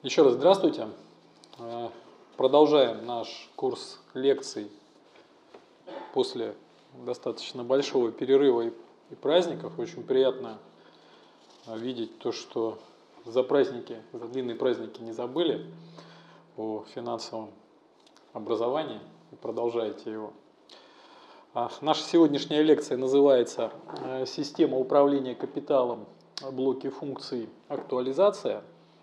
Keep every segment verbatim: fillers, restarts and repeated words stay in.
Еще раз здравствуйте. Продолжаем наш курс лекций после достаточно большого перерыва и праздников. Очень приятно видеть то, что за праздники, за длинные праздники не забыли о финансовом образовании и продолжаете его. Наша сегодняшняя лекция называется «Система управления капиталом. Блоки функций. Актуализация».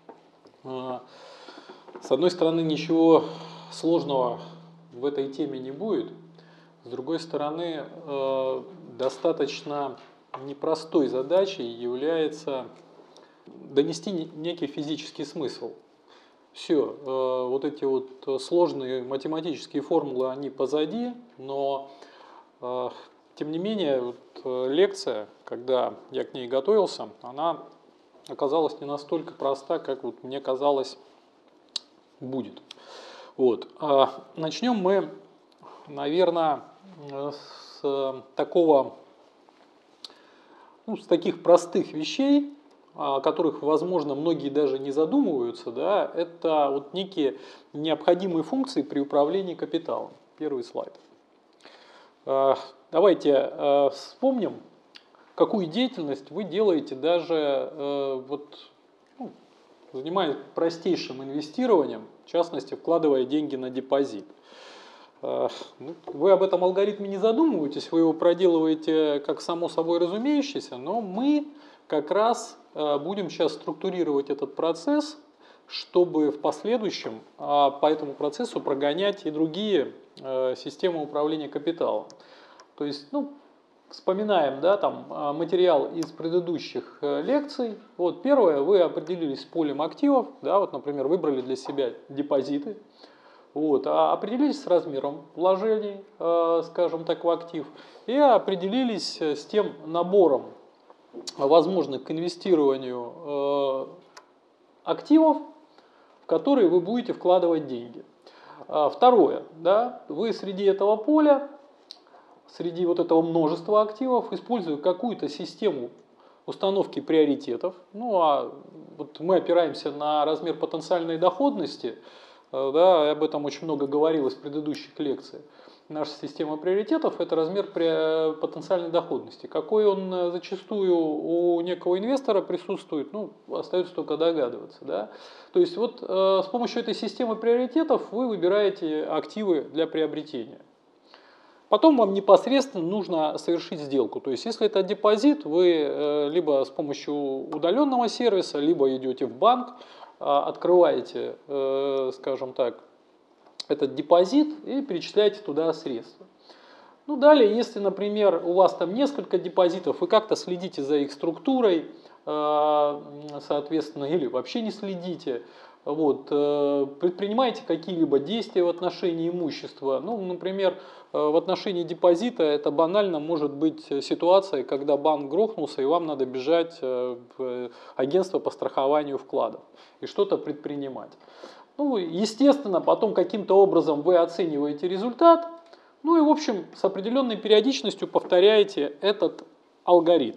С одной стороны, ничего сложного в этой теме не будет. С другой стороны, достаточно непростой задачей является донести некий физический смысл. Все, вот эти вот сложные математические формулы, они позади, но тем не менее, вот лекция, когда я к ней готовился, она оказалась не настолько проста, как вот мне казалось будет. Вот. Начнем мы, наверное, с такого, ну, с таких простых вещей, о которых, возможно, многие даже не задумываются. Да? Это вот некие необходимые функции при управлении капиталом. Первый слайд. Давайте вспомним, какую деятельность вы делаете, даже вот, ну, занимаясь простейшим инвестированием, в частности, вкладывая деньги на депозит. Вы об этом алгоритме не задумываетесь, вы его проделываете как само собой разумеющееся, но мы как раз будем сейчас структурировать этот процесс, чтобы в последующем по этому процессу прогонять и другие системы управления капиталом. То есть, ну, вспоминаем, да, там, материал из предыдущих лекций. Вот, первое, вы определились с полем активов, да, вот, например, выбрали для себя депозиты, вот, а определились с размером вложений, э, скажем так, в актив, и определились с тем набором возможных к инвестированию э, активов, в которые вы будете вкладывать деньги. Второе, да, вы среди этого поля, среди вот этого множества активов, используя какую-то систему установки приоритетов. Ну, а вот мы опираемся на размер потенциальной доходности, да, об этом очень много говорилось в предыдущих лекциях. Наша система приоритетов – это размер потенциальной доходности. Какой он зачастую у некого инвестора присутствует, ну, остается только догадываться. Да? То есть вот с помощью этой системы приоритетов вы выбираете активы для приобретения. Потом вам непосредственно нужно совершить сделку. То есть, если это депозит, вы либо с помощью удаленного сервиса, либо идете в банк, открываете, скажем так, этот депозит и перечисляете туда средства. Ну, далее, если, например, у вас там несколько депозитов, вы как-то следите за их структурой, соответственно, или вообще не следите, вот, предпринимаете какие-либо действия в отношении имущества. Ну, например, в отношении депозита это банально может быть ситуация, когда банк грохнулся, и вам надо бежать в агентство по страхованию вкладов и что-то предпринимать. Ну, естественно, потом каким-то образом вы оцениваете результат, ну и, в общем, с определенной периодичностью повторяете этот алгоритм.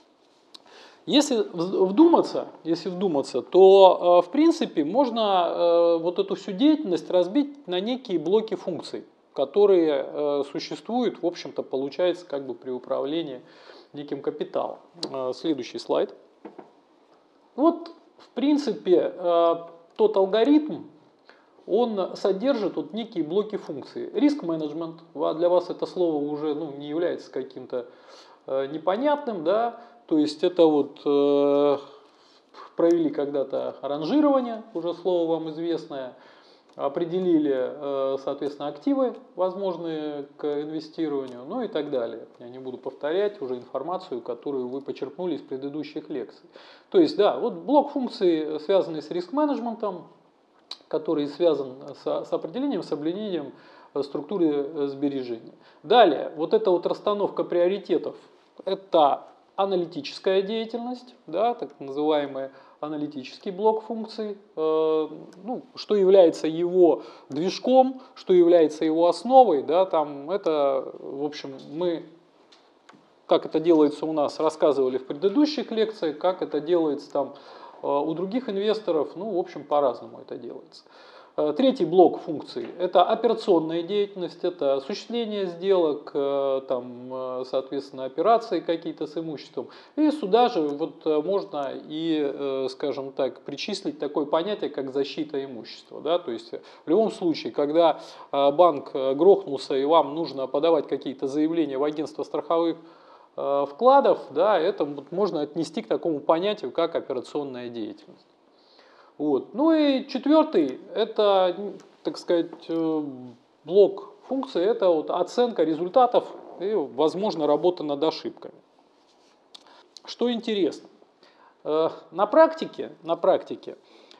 Если вдуматься, если вдуматься, то, в принципе, можно вот эту всю деятельность разбить на некие блоки функций, которые существуют, в общем-то, получается, как бы при управлении неким капиталом. Следующий слайд. Вот, в принципе, тот алгоритм, он содержит вот некие блоки функций. Риск-менеджмент, для вас это слово уже, ну, не является каким-то непонятным, да, то есть это вот э, провели когда-то ранжирование, уже слово вам известное, определили, э, соответственно, активы, возможные к инвестированию, ну и так далее. Я не буду повторять уже информацию, которую вы почерпнули из предыдущих лекций. То есть, да, вот блок функций, связанный с риск-менеджментом, который связан с, с определением, с соблюдением структуры сбережений. Далее, вот эта вот расстановка приоритетов, это аналитическая деятельность, да, так называемый аналитический блок функций, э, ну, что является его движком, что является его основой, да, там это, в общем, мы, как это делается у нас, рассказывали в предыдущих лекциях, как это делается там У других инвесторов, ну, в общем, по-разному это делается. Третий блок функций – это операционная деятельность, это осуществление сделок, там, соответственно, операции какие-то с имуществом. И сюда же вот можно и, скажем так, причислить такое понятие, как защита имущества. Да? То есть в любом случае, когда банк грохнулся и вам нужно подавать какие-то заявления в агентство страховых вкладов, да, это можно отнести к такому понятию, как операционная деятельность. Вот. Ну и четвертый, это, так сказать, блок функций, это вот оценка результатов и, возможно, работа над ошибками. Что интересно, на практике, на практике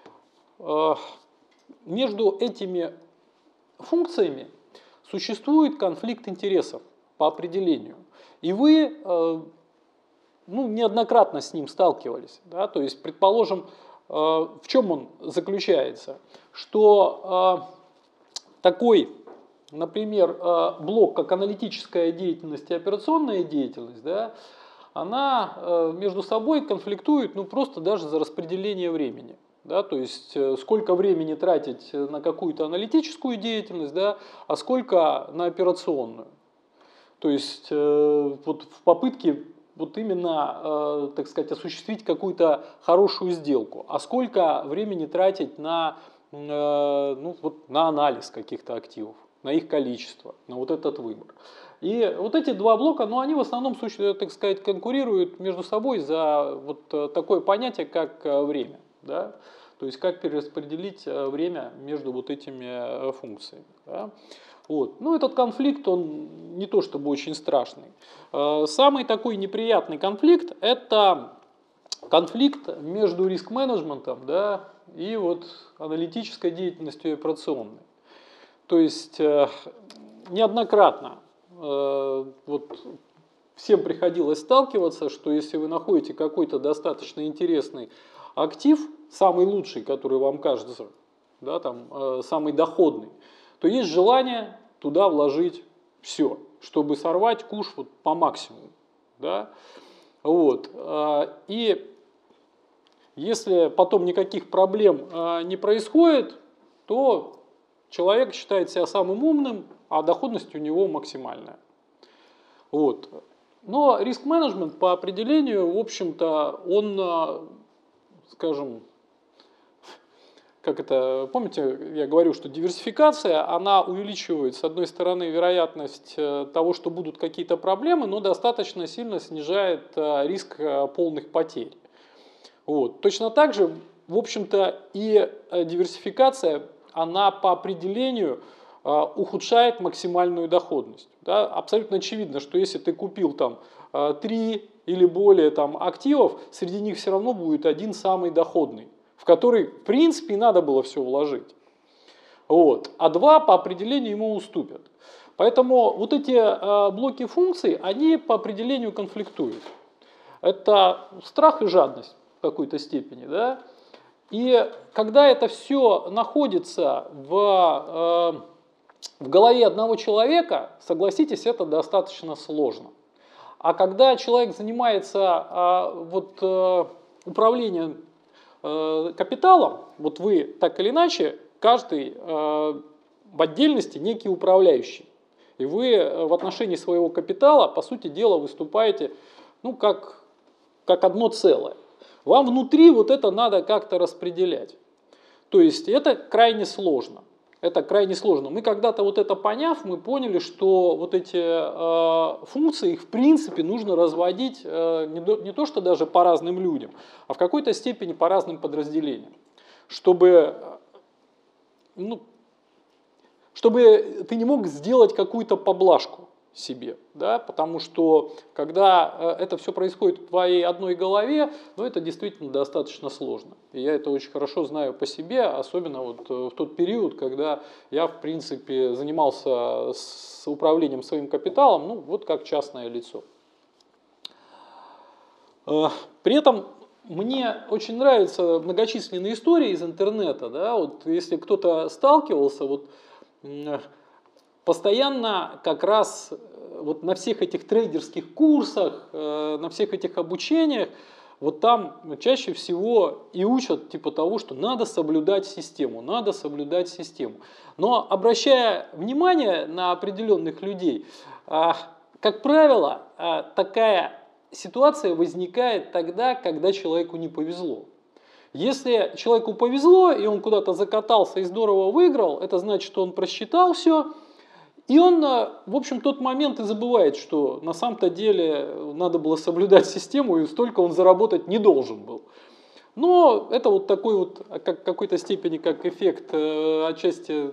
между этими функциями существует конфликт интересов по определению. И вы ну, неоднократно с ним сталкивались. Да? То есть, предположим, в чем он заключается? Что такой, например, блок, как аналитическая деятельность и операционная деятельность, да, она между собой конфликтует ну, просто даже за распределение времени. Да, то есть сколько времени тратить на какую-то аналитическую деятельность, да, а сколько на операционную. То есть вот в попытке вот именно, так сказать, осуществить какую-то хорошую сделку. А сколько времени тратить на, ну, вот, на анализ каких-то активов, на их количество, на вот этот выбор. И вот эти два блока, ну, они в основном, так сказать, конкурируют между собой за вот такое понятие, как время. Да? То есть как перераспределить время между вот этими функциями. Да? Вот. Ну, этот конфликт, он не то чтобы очень страшный. Самый такой неприятный конфликт – это конфликт между риск-менеджментом, да, и вот аналитической деятельностью и операционной. То есть неоднократно вот, всем приходилось сталкиваться, что если вы находите какой-то достаточно интересный актив, самый лучший, который вам кажется, да, там, самый доходный, то есть желание туда вложить все, чтобы сорвать куш вот по максимуму. Да? Вот. И если потом никаких проблем не происходит, то человек считает себя самым умным, а доходность у него максимальная. Вот. Но риск-менеджмент по определению, в общем-то, он, скажем, как это, помните, я говорю, что диверсификация, она увеличивает, с одной стороны, вероятность того, что будут какие-то проблемы, но достаточно сильно снижает риск полных потерь. Вот. Точно так же, в общем-то, и диверсификация, она по определению ухудшает максимальную доходность. Да? Абсолютно очевидно, что если ты купил там три или более там, активов, среди них все равно будет один самый доходный, в который, в принципе, надо было все вложить. Вот. А два по определению ему уступят. Поэтому вот эти э, блоки функций, они по определению конфликтуют. Это страх и жадность в какой-то степени. Да? И когда это все находится в, э, в голове одного человека, согласитесь, это достаточно сложно. А когда человек занимается э, вот, э, управлением капиталом, вот вы так или иначе, каждый в отдельности некий управляющий. И вы в отношении своего капитала, по сути дела, выступаете ну, как, как одно целое. Вам внутри вот это надо как-то распределять. То есть это крайне сложно. Это крайне сложно. Мы когда-то вот это поняв, мы поняли, что вот эти э, функции, их в принципе нужно разводить э, не, до, не то что даже по разным людям, а в какой-то степени по разным подразделениям. Чтобы, ну, чтобы ты не мог сделать какую-то поблажку себе. Да? Потому что когда это все происходит в твоей одной голове, ну, это действительно достаточно сложно. И я это очень хорошо знаю по себе, особенно вот в тот период, когда я, в принципе, занимался с управлением своим капиталом, ну, вот как частное лицо. При этом мне очень нравятся многочисленные истории из интернета. Да? Вот если кто-то сталкивался, вот, постоянно как раз вот на всех этих трейдерских курсах, на всех этих обучениях вот там чаще всего и учат типа того, что надо соблюдать систему, надо соблюдать систему. Но обращая внимание на определенных людей, как правило, такая ситуация возникает тогда, когда человеку не повезло. Если человеку повезло, и он куда-то закатался и здорово выиграл, это значит, что он просчитал все, и он, в общем, тот момент и забывает, что на самом-то деле надо было соблюдать систему, и столько он заработать не должен был. Но это вот такой вот, как, в какой-то степени, как эффект э, отчасти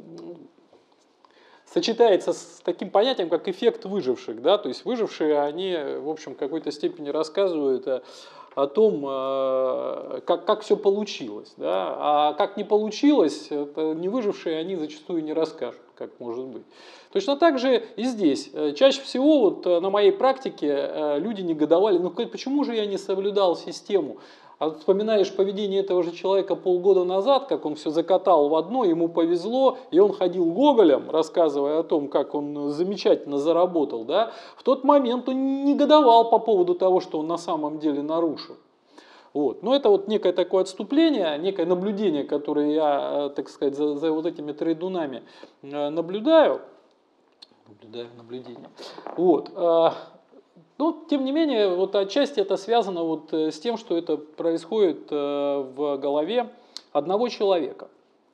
сочетается с таким понятием, как эффект выживших. Да? То есть выжившие, они, в общем, в какой-то степени рассказывают о, о том, как, как все получилось. Да? А как не получилось, это не выжившие, они зачастую не расскажут, как может быть. Точно так же и здесь. Чаще всего вот на моей практике люди негодовали, ну почему же я не соблюдал систему? А вспоминаешь поведение этого же человека полгода назад, как он все закатал в одно, ему повезло, и он ходил гоголем, рассказывая о том, как он замечательно заработал. Да? В тот момент он негодовал по поводу того, что он на самом деле нарушил. Вот. Но это вот некое такое отступление, некое наблюдение, которое я, так сказать, за, за вот этими трейдунами наблюдаю. Наблюдаю наблюдение. Вот. Но, тем не менее, вот отчасти это связано вот с тем, что это происходит в голове одного человека.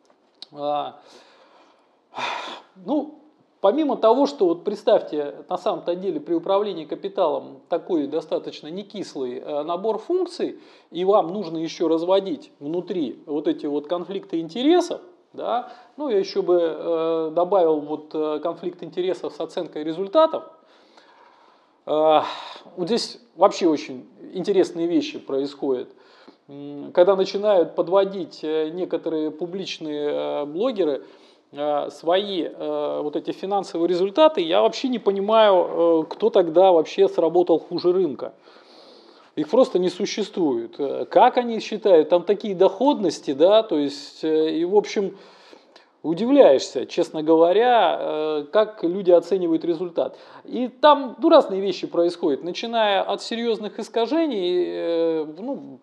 Ну, помимо того, что, вот представьте, на самом-то деле при управлении капиталом такой достаточно некислый набор функций, и вам нужно еще разводить внутри вот эти вот конфликты интересов, да, ну, я еще бы добавил вот конфликт интересов с оценкой результатов. Вот здесь вообще очень интересные вещи происходят. Когда начинают подводить некоторые публичные блогеры свои вот эти финансовые результаты, я вообще не понимаю, кто тогда вообще сработал хуже рынка. Их просто не существует. Как они считают? Там такие доходности, да, то есть, и в общем... Удивляешься, честно говоря, как люди оценивают результат. И там ну, разные вещи происходят, начиная от серьезных искажений, ну,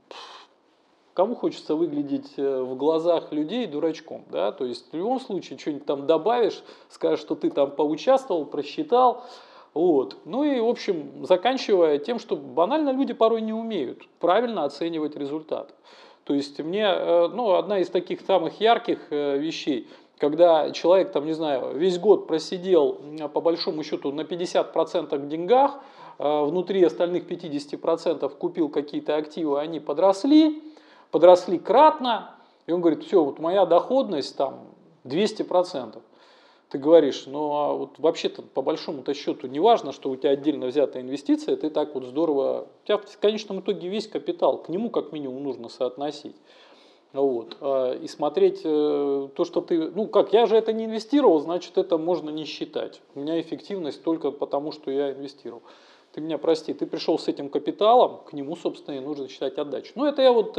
кому хочется выглядеть в глазах людей дурачком, да, то есть в любом случае что-нибудь там добавишь, скажешь, что ты там поучаствовал, просчитал, вот. Ну и в общем, заканчивая тем, что банально люди порой не умеют правильно оценивать результат. То есть мне, ну, одна из таких самых ярких вещей, когда человек, там, не знаю, весь год просидел по большому счету на пятьдесят процентов в деньгах, внутри остальных пятьдесят процентов купил какие-то активы, они подросли, подросли кратно, и он говорит, все, вот моя доходность там двести процентов. Ты говоришь, ну а вот вообще-то по большому-то счету не важно, что у тебя отдельно взятая инвестиция, ты так вот здорово, у тебя в конечном итоге весь капитал, к нему как минимум нужно соотносить. Вот. И смотреть то, что ты, ну как, я же это не инвестировал, значит это можно не считать. У меня эффективность только потому, что я инвестировал. Ты меня прости, ты пришел с этим капиталом, к нему, собственно, и нужно считать отдачу. Ну это я вот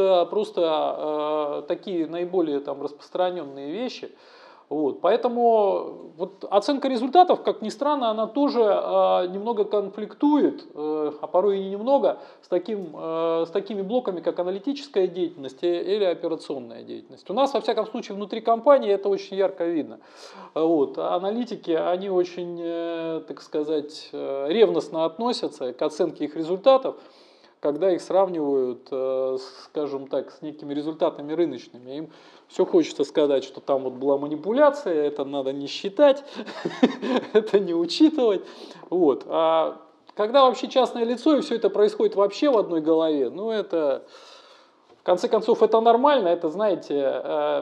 просто такие наиболее там распространенные вещи. Вот, поэтому вот оценка результатов, как ни странно, она тоже э, немного конфликтует, э, а порой и не немного, с, таким, э, с такими блоками, как аналитическая деятельность или операционная деятельность. У нас, во всяком случае, внутри компании это очень ярко видно. Вот, а аналитики, они очень, э, так сказать, э, ревностно относятся к оценке их результатов, когда их сравнивают, э, скажем так, с некими результатами рыночными. Им все хочется сказать, что там вот была манипуляция, это надо не считать, это не учитывать. Вот. А когда вообще частное лицо, и все это происходит вообще в одной голове, ну это, в конце концов, это нормально, это, знаете,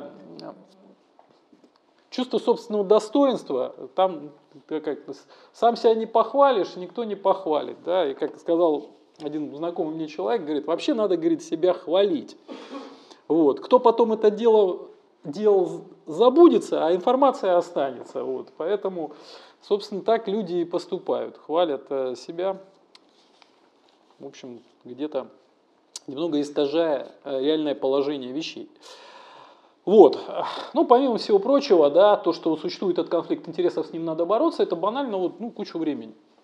чувство собственного достоинства, там как, сам себя не похвалишь, никто не похвалит. Да? И как сказал один знакомый мне человек, говорит, вообще надо, говорит, себя хвалить. Вот. Кто потом это дело, дело забудется, а информация останется. Вот. Поэтому, собственно, так люди и поступают. Хвалят себя, в общем, где-то немного искажая реальное положение вещей. Вот. Ну, помимо всего прочего, да, то, что существует этот конфликт интересов, с ним надо бороться, это банально вот, ну, кучу времени.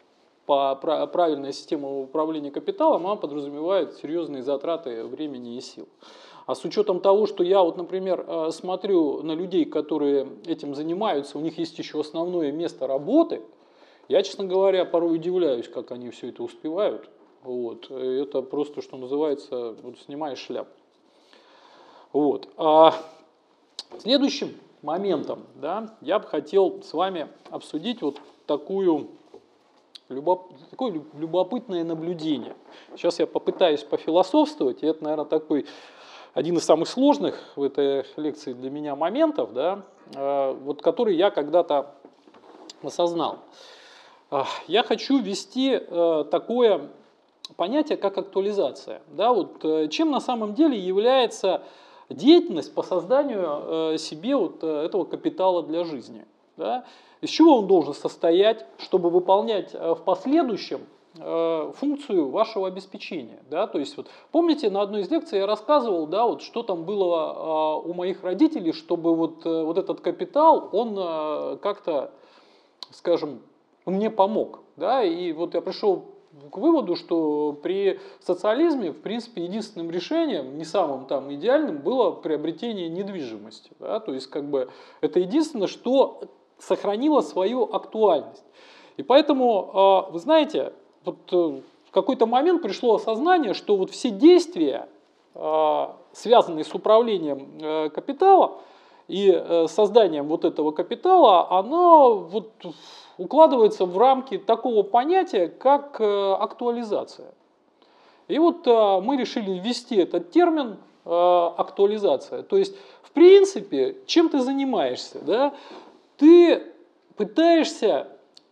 по правильной системе управления капиталом, она подразумевает серьезные затраты времени и сил. А с учетом того, что я, вот, например, смотрю на людей, которые этим занимаются, у них есть еще основное место работы, я, честно говоря, порой удивляюсь, как они все это успевают. Вот. Это просто, что называется, вот, снимаешь шляпу. Вот. А следующим моментом, да, я бы хотел с вами обсудить вот такую, любоп... такое любопытное наблюдение. Сейчас я попытаюсь пофилософствовать, и это, наверное, такой один из самых сложных в этой лекции для меня моментов, да, вот, который я когда-то осознал. Я хочу ввести такое понятие, как актуализация. Да, вот, чем на самом деле является деятельность по созданию себе вот этого капитала для жизни. Да? Из чего он должен состоять, чтобы выполнять в последующем функцию вашего обеспечения. Да? То есть, вот, помните, на одной из лекций я рассказывал, да, вот, что там было у моих родителей, чтобы вот, вот этот капитал, он как-то, скажем, мне помог. Да? И вот я пришел к выводу, что при социализме, в принципе, единственным решением, не самым там идеальным, было приобретение недвижимости. Да? То есть, как бы, это единственное, что сохранило свою актуальность. И поэтому, вы знаете, вот в какой-то момент пришло осознание, что вот все действия, связанные с управлением капитала и созданием вот этого капитала, оно вот укладывается в рамки такого понятия, как актуализация. И вот мы решили ввести этот термин актуализация. То есть, в принципе, чем ты занимаешься? Да? Ты пытаешься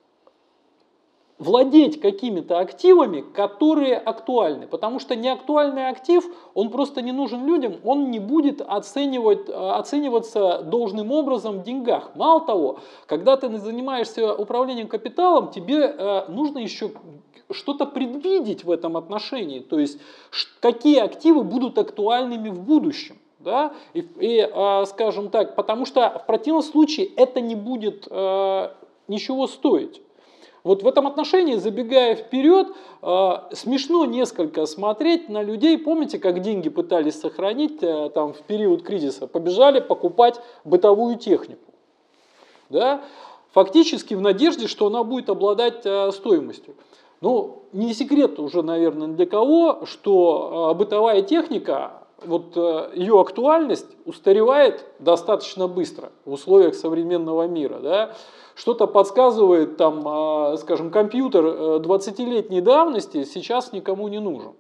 владеть какими-то активами, которые актуальны. Потому что неактуальный актив, он просто не нужен людям, он не будет оценивать, оцениваться должным образом в деньгах. Мало того, когда ты занимаешься управлением капиталом, тебе нужно еще что-то предвидеть в этом отношении. То есть, какие активы будут актуальными в будущем. Да? И, и, скажем так, потому что в противном случае это не будет ничего стоить. Вот в этом отношении, забегая вперед, э, смешно несколько смотреть на людей. Помните, как деньги пытались сохранить э, там, в период кризиса? Побежали покупать бытовую технику. Да? Фактически в надежде, что она будет обладать э, стоимостью. Ну, не секрет уже, наверное, для кого, что э, бытовая техника, вот э, ее актуальность устаревает достаточно быстро в условиях современного мира. Да? Что-то подсказывает, там, скажем, компьютер двадцатилетней давности сейчас никому не нужен.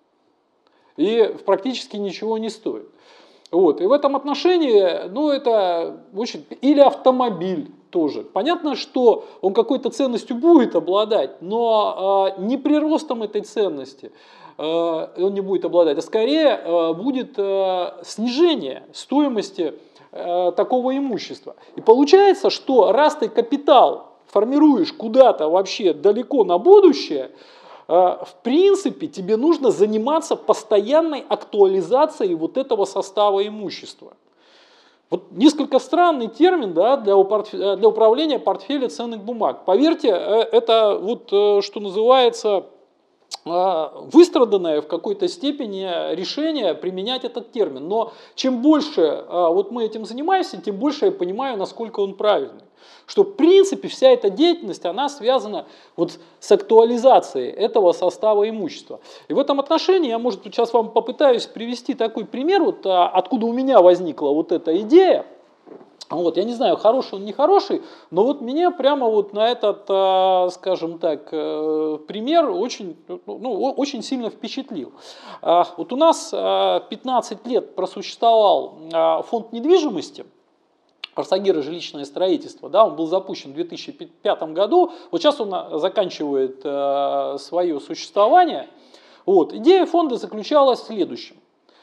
И практически ничего не стоит. Вот. И в этом отношении, ну, это очень... Или автомобиль тоже. Понятно, что он какой-то ценностью будет обладать, но не приростом этой ценности он не будет обладать, а скорее будет снижение стоимости такого имущества. И получается, что раз ты капитал формируешь куда-то вообще далеко на будущее, в принципе, тебе нужно заниматься постоянной актуализацией вот этого состава имущества. Вот несколько странный термин, да, для, для управления портфеля ценных бумаг. Поверьте, это вот, что называется, выстраданное в какой-то степени решение применять этот термин. Но чем больше вот мы этим занимаемся, тем больше я понимаю, насколько он правильный. Что в принципе вся эта деятельность, она связана вот с актуализацией этого состава имущества. И в этом отношении я, может, сейчас вам попытаюсь привести такой пример, вот, откуда у меня возникла вот эта идея. Вот, я не знаю, хороший он, не хороший, но вот меня прямо вот на этот, скажем так, пример очень, ну, очень сильно впечатлил. Вот у нас пятнадцать лет просуществовал фонд недвижимости, Арсагира жилищное строительство, да, он был запущен в две тысячи пятом году, вот сейчас он заканчивает свое существование. Вот, идея фонда заключалась в следующем.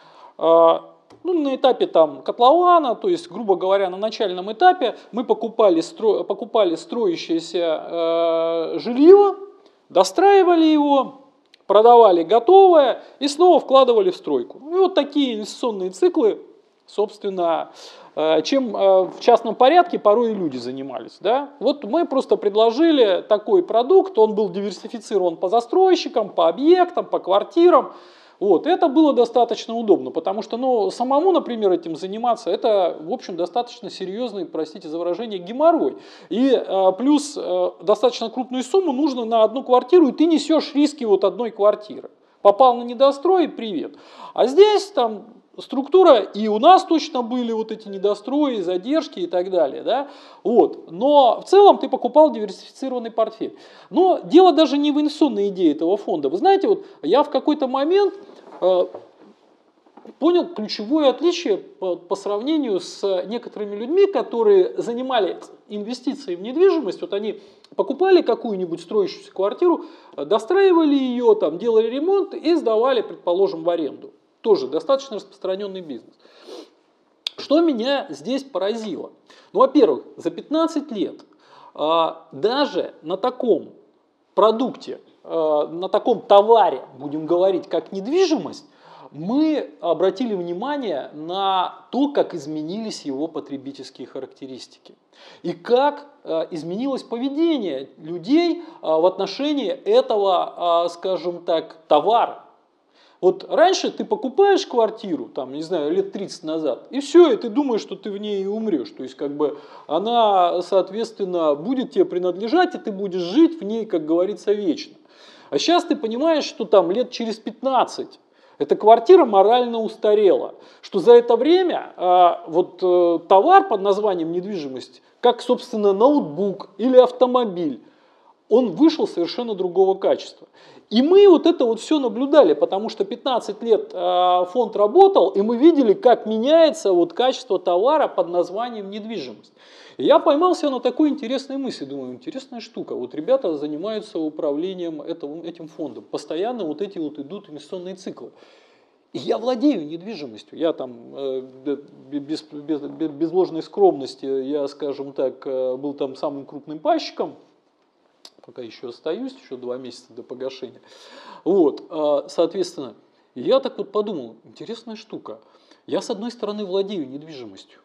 Ну, на этапе там, котлована, то есть, грубо говоря, на начальном этапе мы покупали, стро... покупали строящееся э, жилье, достраивали его, продавали готовое и снова вкладывали в стройку. И вот такие инвестиционные циклы собственно, чем в частном порядке порой и люди занимались. Да? Вот мы просто предложили такой продукт, он был диверсифицирован по застройщикам, по объектам, по квартирам. Вот, это было достаточно удобно, потому что ну, самому, например, этим заниматься, это, в общем, достаточно серьезный, простите за выражение, геморрой. И э, плюс э, достаточно крупную сумму нужно на одну квартиру, и ты несешь риски вот одной квартиры. Попал на недострой, привет. А здесь там структура, и у нас точно были вот эти недострои, задержки и так далее. Да? Вот. Но в целом ты покупал диверсифицированный портфель. Но дело даже не в инвестиционной идее этого фонда. Вы знаете, вот я в какой-то момент э, понял ключевое отличие по, по сравнению с некоторыми людьми, которые занимали инвестиции в недвижимость. Вот они покупали какую-нибудь строящуюся квартиру, достраивали ее, там, делали ремонт и сдавали, предположим, в аренду. Тоже достаточно распространенный бизнес. Что меня здесь поразило? Ну, во-первых, за пятнадцать лет а, даже на таком продукте, а, на таком товаре, будем говорить, как недвижимость, мы обратили внимание на то, как изменились его потребительские характеристики. И как а, изменилось поведение людей а, в отношении этого, а, скажем так, товара. Вот раньше ты покупаешь квартиру, там, не знаю, лет тридцать назад, и все, и ты думаешь, что ты в ней и умрешь. То есть, как бы, она, соответственно, будет тебе принадлежать, и ты будешь жить в ней, как говорится, вечно. А сейчас ты понимаешь, что там лет через пятнадцать эта квартира морально устарела. Что за это время а, вот, а, товар под названием недвижимость, как, собственно, ноутбук или автомобиль, он вышел совершенно другого качества. И мы вот это вот все наблюдали, потому что пятнадцать лет э, фонд работал, и мы видели, как меняется вот качество товара под названием недвижимость. И я поймался на такой интересной мысли, думаю, интересная штука. Вот ребята занимаются управлением этого, этим фондом, постоянно вот эти вот идут инвестиционные циклы. И я владею недвижимостью, я там э, без, без, без ложной скромности, я, скажем так, был там самым крупным пайщиком. Пока еще остаюсь, еще два месяца до погашения. Вот, соответственно, я так вот подумал, интересная штука. Я, с одной стороны, владею недвижимостью.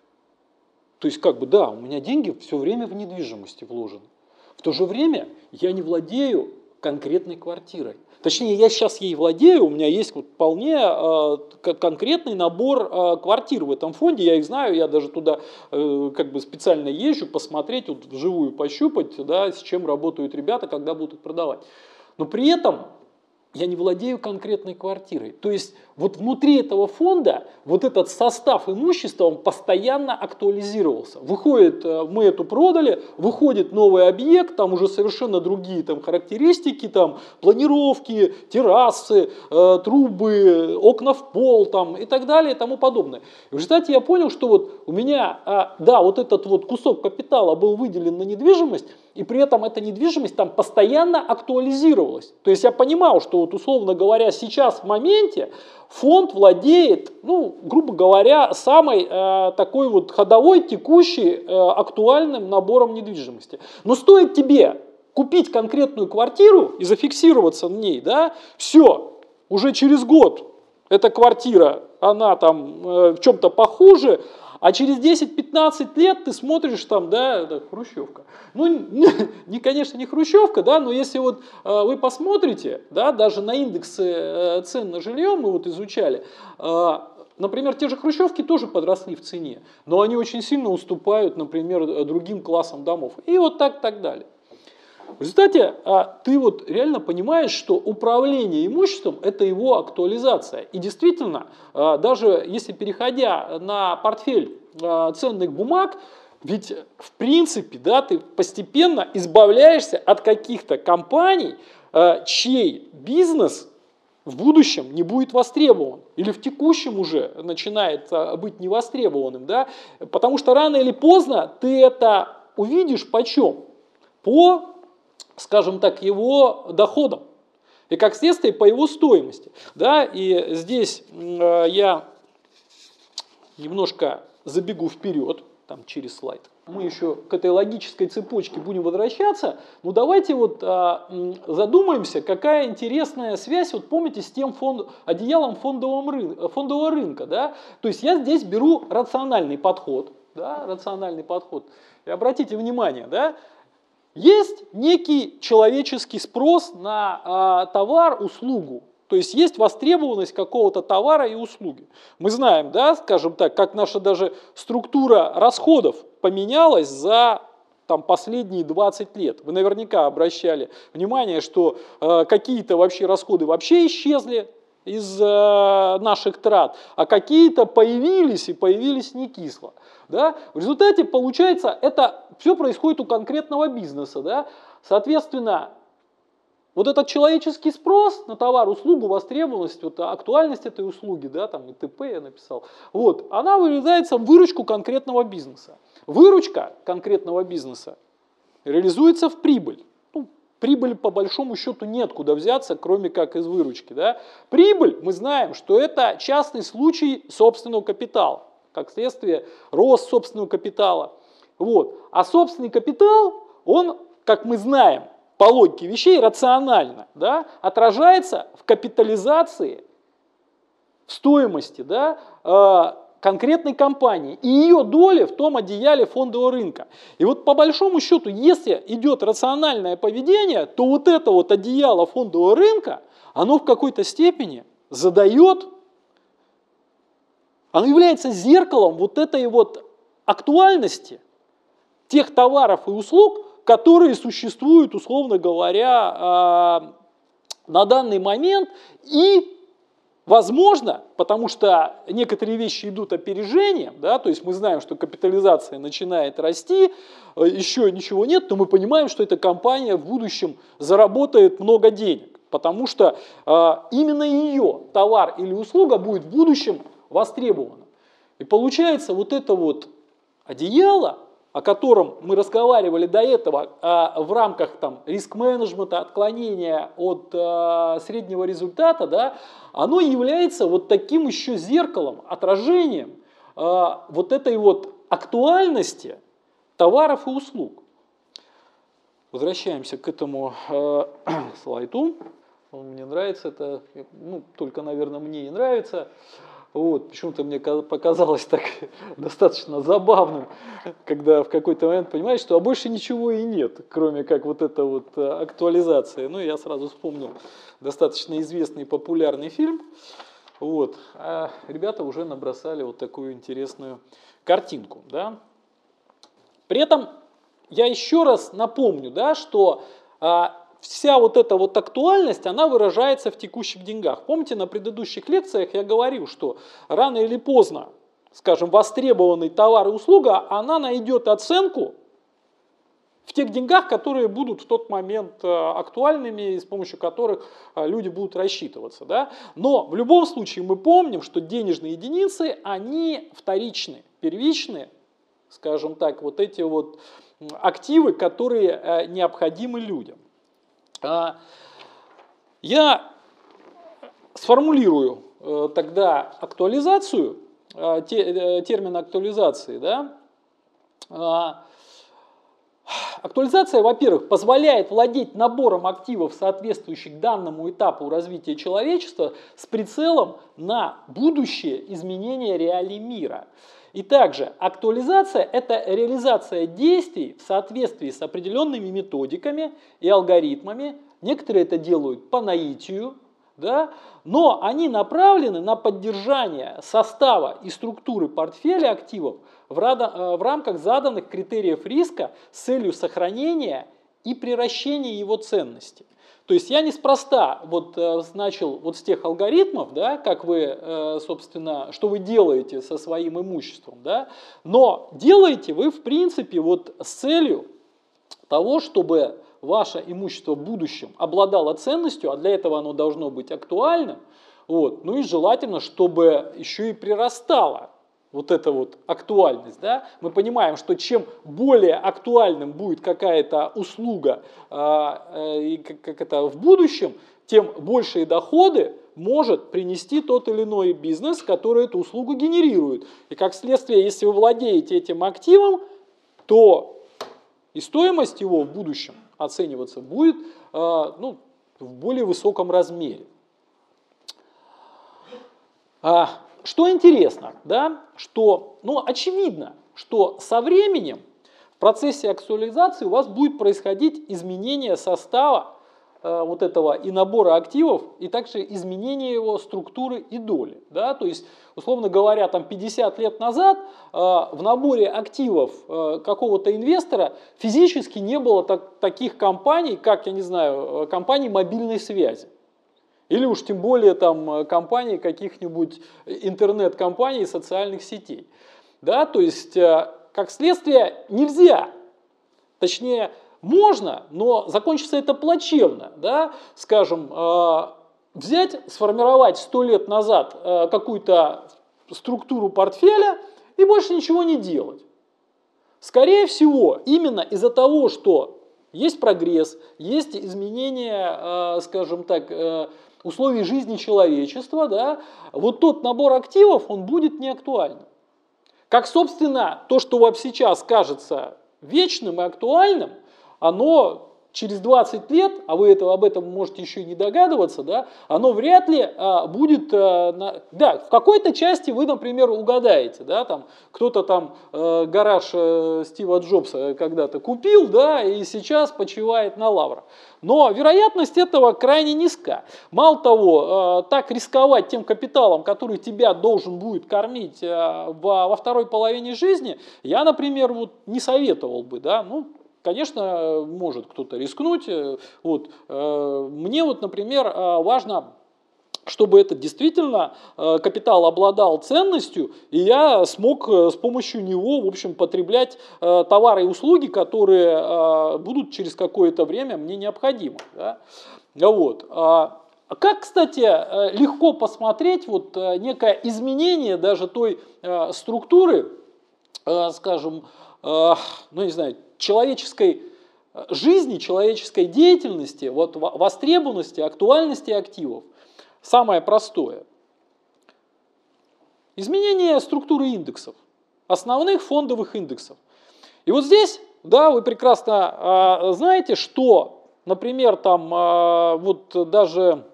То есть, как бы, да, у меня деньги все время в недвижимости вложены. В то же время я не владею конкретной квартирой. Точнее, я сейчас ей владею, у меня есть вот вполне э, конкретный набор э, квартир в этом фонде, я их знаю, я даже туда э, как бы специально езжу посмотреть, вот вживую пощупать, да, с чем работают ребята, когда будут их продавать. Но при этом я не владею конкретной квартирой. То есть вот внутри этого фонда вот этот состав имущества, он постоянно актуализировался. Выходит, мы эту продали, выходит новый объект, там уже совершенно другие там характеристики, там планировки, террасы, э, трубы, окна в пол там, и так далее и тому подобное. И в результате я понял, что вот у меня, а, да, вот этот вот кусок капитала был выделен на недвижимость, и при этом эта недвижимость там постоянно актуализировалась. То есть я понимал, что вот условно говоря сейчас в моменте фонд владеет, ну, грубо говоря, самой э, такой вот ходовой, текущей, э, актуальным набором недвижимости. Но стоит тебе купить конкретную квартиру и зафиксироваться в ней, да, все, уже через год эта квартира, она там э, в чем-то похуже, а через десять-пятнадцать лет ты смотришь там, да, это хрущевка. Ну, не, конечно, не хрущевка, да, но если вот э, вы посмотрите, да, даже на индексы э, цен на жилье мы вот изучали, э, например, те же хрущевки тоже подросли в цене, но они очень сильно уступают, например, другим классам домов. И вот так, так далее. В результате а, ты вот реально понимаешь, что управление имуществом – это его актуализация. И действительно, а, даже если переходя на портфель а, ценных бумаг, ведь в принципе, да, ты постепенно избавляешься от каких-то компаний, а, чей бизнес в будущем не будет востребован. Или в текущем уже начинает а, быть невостребованным. Да? Потому что рано или поздно ты это увидишь почем? По, скажем так, его доходам и, как следствие, по его стоимости. Да? И здесь э, я немножко забегу вперед. там, через слайд. Мы еще к этой логической цепочке будем возвращаться, но давайте вот а, задумаемся, какая интересная связь, вот помните, с тем фонд, одеялом фондового рынка, фондового рынка, да? То есть я здесь беру рациональный подход, да, рациональный подход, и обратите внимание, да, есть некий человеческий спрос на а, товар, услугу. То есть есть востребованность какого-то товара и услуги. Мы знаем, да, скажем так, как наша даже структура расходов поменялась за там, последние двадцать лет. Вы наверняка обращали внимание, что э, какие-то вообще расходы вообще исчезли из э, наших трат, а какие-то появились и появились не кисло. Да? В результате, получается, это все происходит у конкретного бизнеса. Да? Соответственно, вот этот человеческий спрос на товар, услугу, востребованность, вот, актуальность этой услуги, да, там и т.п. я написал, вот, она вырезается в выручку конкретного бизнеса. Выручка конкретного бизнеса реализуется в прибыль. Ну, прибыль по большому счету нет куда взяться, кроме как из выручки. Да. Прибыль, мы знаем, что это частный случай собственного капитала, как следствие рост собственного капитала. Вот. А собственный капитал, он, как мы знаем, по логике вещей рационально, да, отражается в капитализации, в стоимости, да, э, конкретной компании и ее доли в том одеяле фондового рынка. И вот по большому счету, если идет рациональное поведение, то вот это вот одеяло фондового рынка, оно в какой-то степени задает, оно является зеркалом вот этой вот актуальности тех товаров и услуг, которые существуют, условно говоря, на данный момент. И, возможно, потому что некоторые вещи идут опережением, да, то есть мы знаем, что капитализация начинает расти, еще ничего нет, но мы понимаем, что эта компания в будущем заработает много денег, потому что именно ее товар или услуга будет в будущем востребована. И получается, вот это вот одеяло, о котором мы разговаривали до этого а, в рамках там, риск-менеджмента, отклонения от а, среднего результата, да, оно является вот таким еще зеркалом, отражением а, вот этой вот актуальности товаров и услуг. Возвращаемся к этому э, слайду. Он мне нравится, это ну, только, наверное, мне и нравится. Вот, почему-то мне показалось так достаточно забавным, когда в какой-то момент понимаешь, что а больше ничего и нет, кроме как вот эта вот актуализация. Ну, я сразу вспомнил достаточно известный и популярный фильм. Вот, а ребята уже набросали вот такую интересную картинку. Да? При этом я еще раз напомню, да, что а, вся вот эта вот актуальность, она выражается в текущих деньгах. Помните, на предыдущих лекциях я говорил, что рано или поздно, скажем, востребованный товар и услуга, она найдет оценку в тех деньгах, которые будут в тот момент актуальными, и с помощью которых люди будут рассчитываться. Да? Но в любом случае мы помним, что денежные единицы, они вторичные, первичные, скажем так, вот эти вот активы, которые необходимы людям. Я сформулирую тогда актуализацию, термин актуализации. Да? Актуализация, во-первых, позволяет владеть набором активов, соответствующих данному этапу развития человечества, с прицелом на будущее изменение реалий мира. И также актуализация – это реализация действий в соответствии с определенными методиками и алгоритмами. Некоторые это делают по наитию, да? Но они направлены на поддержание состава и структуры портфеля активов в, в рамках заданных критериев риска с целью сохранения и приращения его ценности. То есть я неспроста вот, э, начал вот с тех алгоритмов, да, как вы, э, собственно, что вы делаете со своим имуществом, да, но делаете вы, в принципе, вот с целью того, чтобы ваше имущество в будущем обладало ценностью, а для этого оно должно быть актуальным, вот, ну и желательно, чтобы еще и прирастало. Вот эта вот актуальность, да? Мы понимаем, что чем более актуальным будет какая-то услуга э, э, и как, как это в будущем, тем большие доходы может принести тот или иной бизнес, который эту услугу генерирует. И как следствие, если вы владеете этим активом, то и стоимость его в будущем оцениваться будет ну, в более высоком размере. Что интересно, да, что, ну, очевидно, что со временем в процессе актуализации у вас будет происходить изменение состава э, вот этого и набора активов, и также изменение его структуры и доли. Да? То есть, условно говоря, там пятьдесят лет назад э, в наборе активов э, какого-то инвестора физически не было так, таких компаний, как, я не знаю, компаний мобильной связи. Или уж тем более там компаний, каких-нибудь интернет-компаний, социальных сетей. Да, то есть, как следствие, нельзя, точнее, можно, но закончится это плачевно. Да, скажем, взять, сформировать сто лет назад какую-то структуру портфеля и больше ничего не делать. Скорее всего, именно из-за того, что есть прогресс, есть изменения, скажем так, условий жизни человечества, да, вот тот набор активов, он будет неактуальным. Как, собственно, то, что вам сейчас кажется вечным и актуальным, оно через двадцать лет, а вы это, об этом можете еще и не догадываться, да, оно вряд ли а, будет, а, на, да, в какой-то части вы, например, угадаете, да, там, кто-то там э, гараж э, Стива Джобса когда-то купил, да, и сейчас почивает на лаврах. Но вероятность этого крайне низка. Мало того, э, так рисковать тем капиталом, который тебя должен будет кормить э, во, во второй половине жизни, я, например, вот не советовал бы, да, ну, конечно, может кто-то рискнуть. Вот. Мне, вот, например, важно, чтобы этот действительно капитал обладал ценностью, и я смог с помощью него, в общем, потреблять товары и услуги, которые будут через какое-то время мне необходимы. Да? Вот. Как, кстати, легко посмотреть вот некое изменение даже той структуры, скажем, ну, не знаю, человеческой жизни, человеческой деятельности, вот, востребованности, актуальности активов. Самое простое. Изменение структуры индексов, основных фондовых индексов. И вот здесь, да, вы прекрасно э, знаете, что, например, там, э, вот даже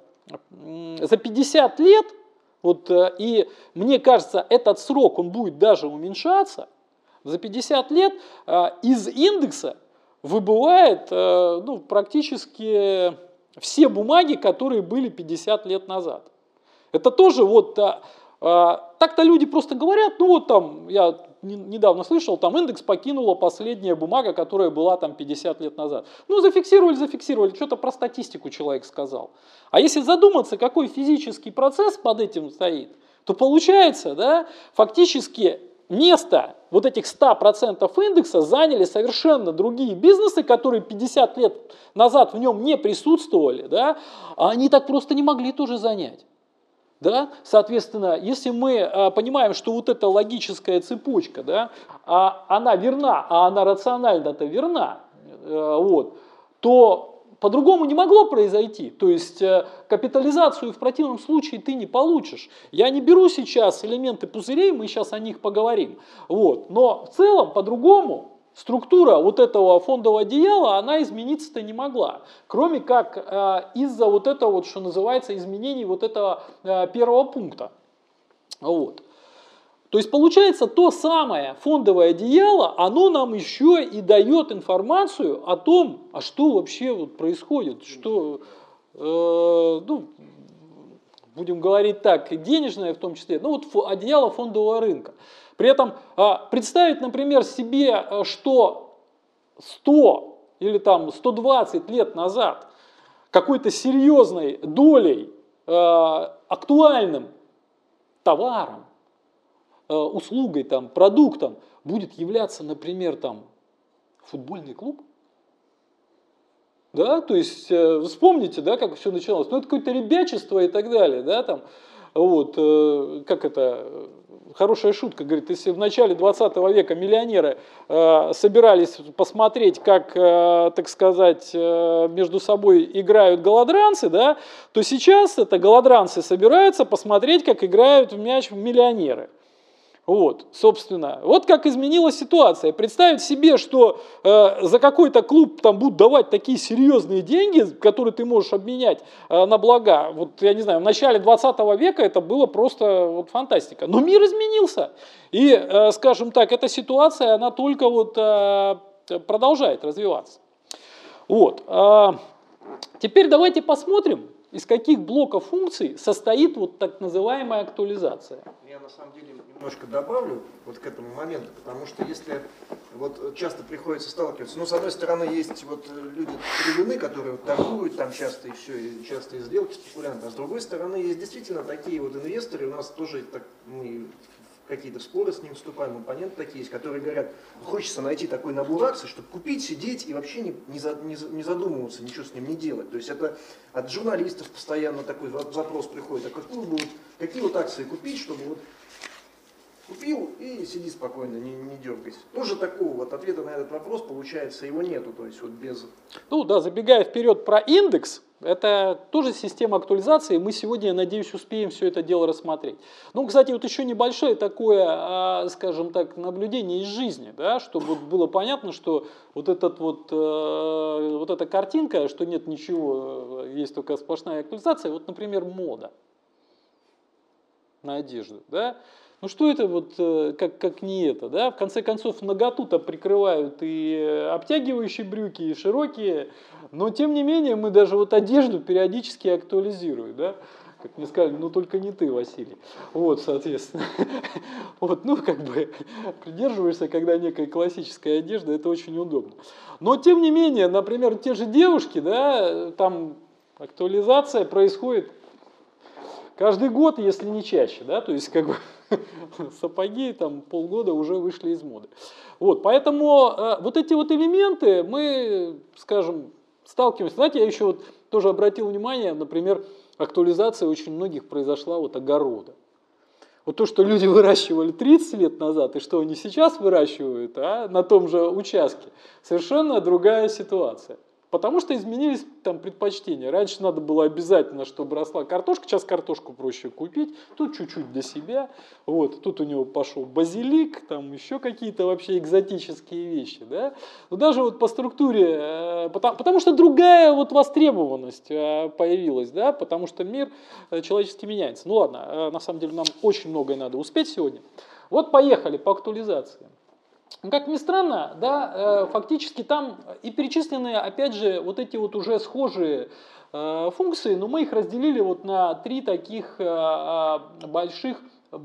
за пятьдесят лет, вот, э, и мне кажется, этот срок, он будет даже уменьшаться. За пятьдесят лет э, из индекса выбывает э, ну, практически все бумаги, которые были пятьдесят лет назад. Это тоже вот э, э, так-то люди просто говорят, ну вот там, я не, недавно слышал, там индекс покинула последняя бумага, которая была там пятьдесят лет назад. Ну зафиксировали, зафиксировали, что-то про статистику человек сказал. А если задуматься, какой физический процесс под этим стоит, то получается, да, фактически место вот этих ста процентов индекса заняли совершенно другие бизнесы, которые пятьдесят лет назад в нем не присутствовали, да, а они так просто не могли тоже занять. Да? Соответственно, если мы а, понимаем, что вот эта логическая цепочка, да, а, она верна, а она рационально-то верна, а, вот, то по-другому не могло произойти. То есть э, капитализацию в противном случае ты не получишь. Я не беру сейчас элементы пузырей, мы сейчас о них поговорим. Вот. Но в целом по-другому структура вот этого фондового одеяла, она измениться-то не могла. Кроме как э, из-за вот этого, вот, что называется, изменений вот этого э, первого пункта. Вот. То есть получается, то самое фондовое одеяло, оно нам еще и дает информацию о том, а что вообще вот происходит, что, э, ну, будем говорить так, денежное в том числе, ну вот одеяло фондового рынка. При этом э, представить, например, себе, что сто или там сто двадцать лет назад какой-то серьезной долей, э, актуальным товаром, услугой, там, продуктом будет являться, например, там, футбольный клуб. Да, то есть, вспомните, да, как все началось. Ну, это какое-то ребячество и так далее, да, там. Вот, э, как это, хорошая шутка, говорит, если в начале двадцатого века миллионеры э, собирались посмотреть, как, э, так сказать, э, между собой играют голодранцы, да, то сейчас это голодранцы собираются посмотреть, как играют в мяч миллионеры. Вот, собственно, вот как изменилась ситуация. Представить себе, что э, за какой-то клуб там будут давать такие серьезные деньги, которые ты можешь обменять э, на блага. Вот, я не знаю, в начале двадцатого века это было просто вот, фантастика. Но мир изменился. И, э, скажем так, эта ситуация, она только вот э, продолжает развиваться. Вот. Э, теперь давайте посмотрим, из каких блоков функций состоит вот так называемая актуализация. Я на самом деле немножко добавлю вот к этому моменту, потому что если вот часто приходится сталкиваться, ну, с одной стороны, есть вот люди тривины, которые вот торгуют там часто и все, и частые сделки спекулянты, а с другой стороны, есть действительно такие вот инвесторы, у нас тоже так, мы какие-то споры с ним вступаем, оппоненты такие есть, которые говорят, хочется найти такой набор акций, чтобы купить, сидеть и вообще не, не, за, не, не задумываться, ничего с ним не делать. То есть это от журналистов постоянно такой запрос приходит, а какую будут, какие вот акции купить, чтобы вот купил и сиди спокойно, не, не дергайся. Тоже такого вот ответа на этот вопрос, получается, его нету, то есть вот без... Ну да, забегая вперед про индекс, это тоже система актуализации, мы сегодня, я надеюсь, успеем все это дело рассмотреть. Ну, кстати, вот еще небольшое такое, скажем так, наблюдение из жизни, да, чтобы было понятно, что вот, этот вот, вот эта картинка, что нет ничего, есть только сплошная актуализация, вот, например, мода на одежду, да. Ну что это вот, как, как не это, да? В конце концов, наготу-то прикрывают и обтягивающие брюки, и широкие, но тем не менее мы даже вот одежду периодически актуализируем, да? Как мне сказали, ну только не ты, Василий. Вот, соответственно. Вот, ну как бы придерживаешься, когда некая классическая одежда, это очень удобно. Но тем не менее, например, те же девушки, да, там актуализация происходит каждый год, если не чаще, да, то есть как бы сапоги там полгода уже вышли из моды. Вот, поэтому э, вот эти вот элементы мы, скажем, сталкиваемся. Знаете, я еще вот тоже обратил внимание, например, актуализация очень многих произошла вот огорода. Вот то, что люди выращивали тридцать лет назад, и что они сейчас выращивают а, на том же участке, совершенно другая ситуация. Потому что изменились там предпочтения. Раньше надо было обязательно, чтобы росла картошка, сейчас картошку проще купить, тут чуть-чуть для себя, вот, тут у него пошел базилик, там еще какие-то вообще экзотические вещи. Да? Но даже вот по структуре, потому, потому что другая вот востребованность появилась, да? Потому что мир человеческий меняется. Ну ладно, на самом деле нам очень многое надо успеть сегодня. Вот поехали по актуализации. Как ни странно, да, фактически там и перечислены, опять же, вот эти вот уже схожие функции, но мы их разделили вот на три таких больших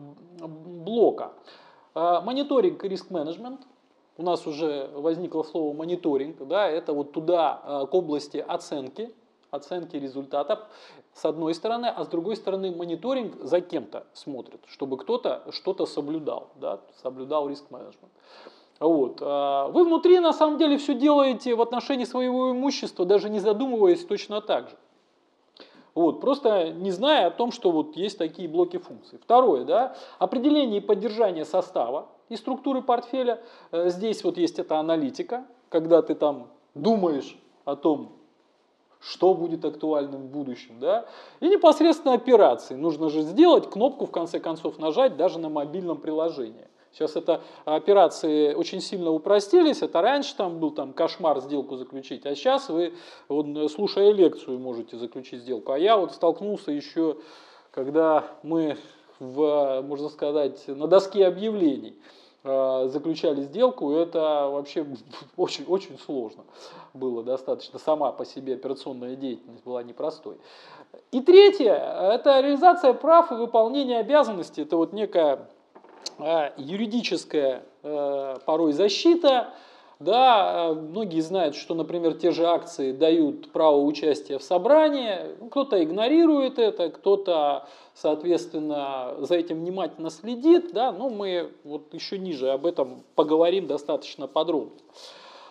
блока. Мониторинг и риск-менеджмент. У нас уже возникло слово мониторинг, да, это вот туда, к области оценки, оценки результата с одной стороны, а с другой стороны мониторинг за кем-то смотрит, чтобы кто-то что-то соблюдал, да, соблюдал риск-менеджмент. Вот. Вы внутри на самом деле все делаете в отношении своего имущества, даже не задумываясь точно так же. Вот. Просто не зная о том, что вот есть такие блоки функций. Второе, да, определение и поддержание состава и структуры портфеля. Здесь вот есть эта аналитика, когда ты там думаешь о том, что будет актуальным в будущем, да, и непосредственно операции. Нужно же сделать, кнопку в конце концов нажать даже на мобильном приложении. Сейчас это операции очень сильно упростились, это раньше там был там кошмар сделку заключить, а сейчас вы, вот, слушая лекцию, можете заключить сделку. А я вот столкнулся еще, когда мы, в, можно сказать, на доске объявлений э, заключали сделку, и это вообще очень, очень сложно было достаточно, сама по себе операционная деятельность была непростой. И третье, это реализация прав и выполнение обязанностей, это вот некая юридическая порой защита, да, многие знают, что, например, те же акции дают право участия в собрании, кто-то игнорирует это, кто-то, соответственно, за этим внимательно следит, да, но мы вот еще ниже об этом поговорим достаточно подробно.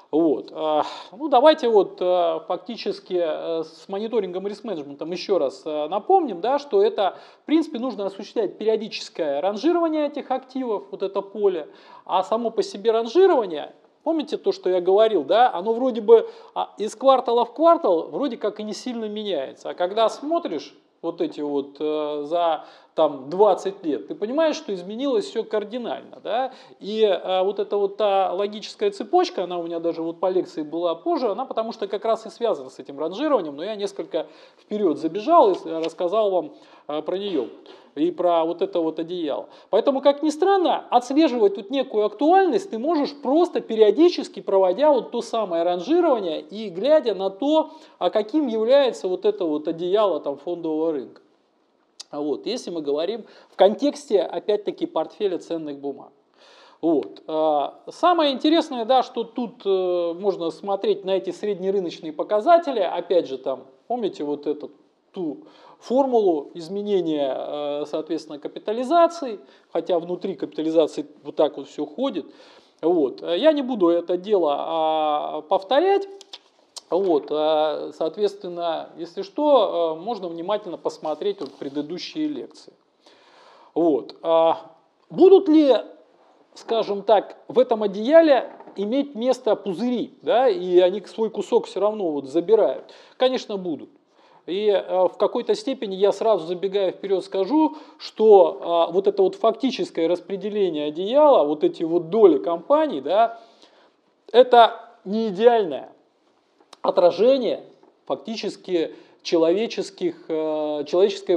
Вот. Ну, давайте вот фактически с мониторингом и риск-менеджментом еще раз напомним, да, что это, в принципе, нужно осуществлять периодическое ранжирование этих активов, вот это поле, а само по себе ранжирование, помните то, что я говорил, да, оно вроде бы из квартала в квартал вроде как и не сильно меняется, а когда смотришь вот эти вот э, за там, двадцать лет, ты понимаешь, что изменилось все кардинально. Да? И э, вот эта вот та логическая цепочка, она у меня даже вот по лекции была позже, она потому что как раз и связана с этим ранжированием, но я несколько вперед забежал и рассказал вам э, про нее и про вот это вот одеяло. Поэтому, как ни странно, отслеживать тут некую актуальность ты можешь просто периодически проводя вот то самое ранжирование и глядя на то, а каким является вот это вот одеяло там, фондового рынка. Вот, если мы говорим в контексте, опять-таки, портфеля ценных бумаг. Вот. Самое интересное, да, что тут можно смотреть на эти среднерыночные показатели. Опять же, там, помните вот эту ту формулу изменения, соответственно, капитализации, хотя внутри капитализации вот так вот все ходит. Вот. Я не буду это дело повторять. Вот, соответственно, если что, можно внимательно посмотреть вот предыдущие лекции. Вот. Будут ли, скажем так, в этом одеяле иметь место пузыри, да, и они свой кусок все равно вот забирают? Конечно, будут. И в какой-то степени я сразу забегая вперед скажу, что вот это вот фактическое распределение одеяла, вот эти вот доли компаний, да, это не идеальное отражение фактически человеческих, человеческой,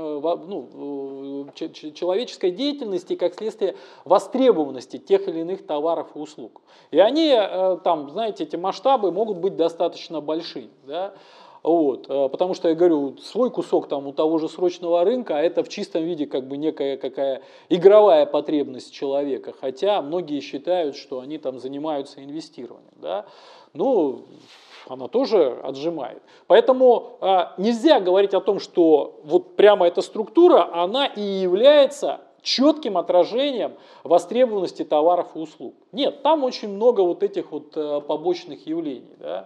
ну, человеческой деятельности как следствие востребованности тех или иных товаров и услуг. И они, там, знаете, эти масштабы могут быть достаточно большие. Да? Вот, потому что я говорю, свой кусок там у того же срочного рынка, а это в чистом виде как бы некая какая игровая потребность человека, хотя многие считают, что они там занимаются инвестированием. Да? Ну, она тоже отжимает. Поэтому а, нельзя говорить о том, что вот прямо эта структура, она и является четким отражением востребованности товаров и услуг. Нет, там очень много вот этих вот а, побочных явлений. Да?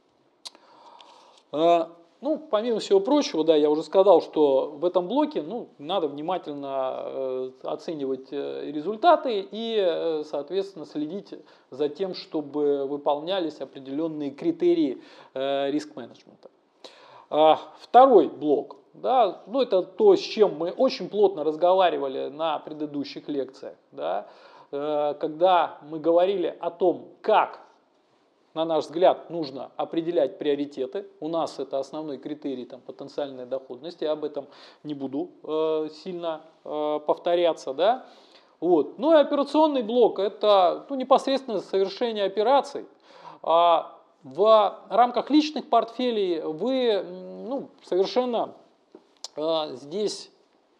А, ну, помимо всего прочего, да, я уже сказал, что в этом блоке ну, надо внимательно э, оценивать э, результаты и, э, соответственно, следить за тем, чтобы выполнялись определенные критерии э, риск-менеджмента. А, второй блок, да, ну, это то, с чем мы очень плотно разговаривали на предыдущих лекциях, да, э, когда мы говорили о том, как, на наш взгляд, нужно определять приоритеты. У нас это основной критерий там, потенциальной доходности, я об этом не буду э, сильно э, повторяться. Да? Вот. Ну и операционный блок – это ну, непосредственно совершение операций. А в рамках личных портфелей вы ну, совершенно э, здесь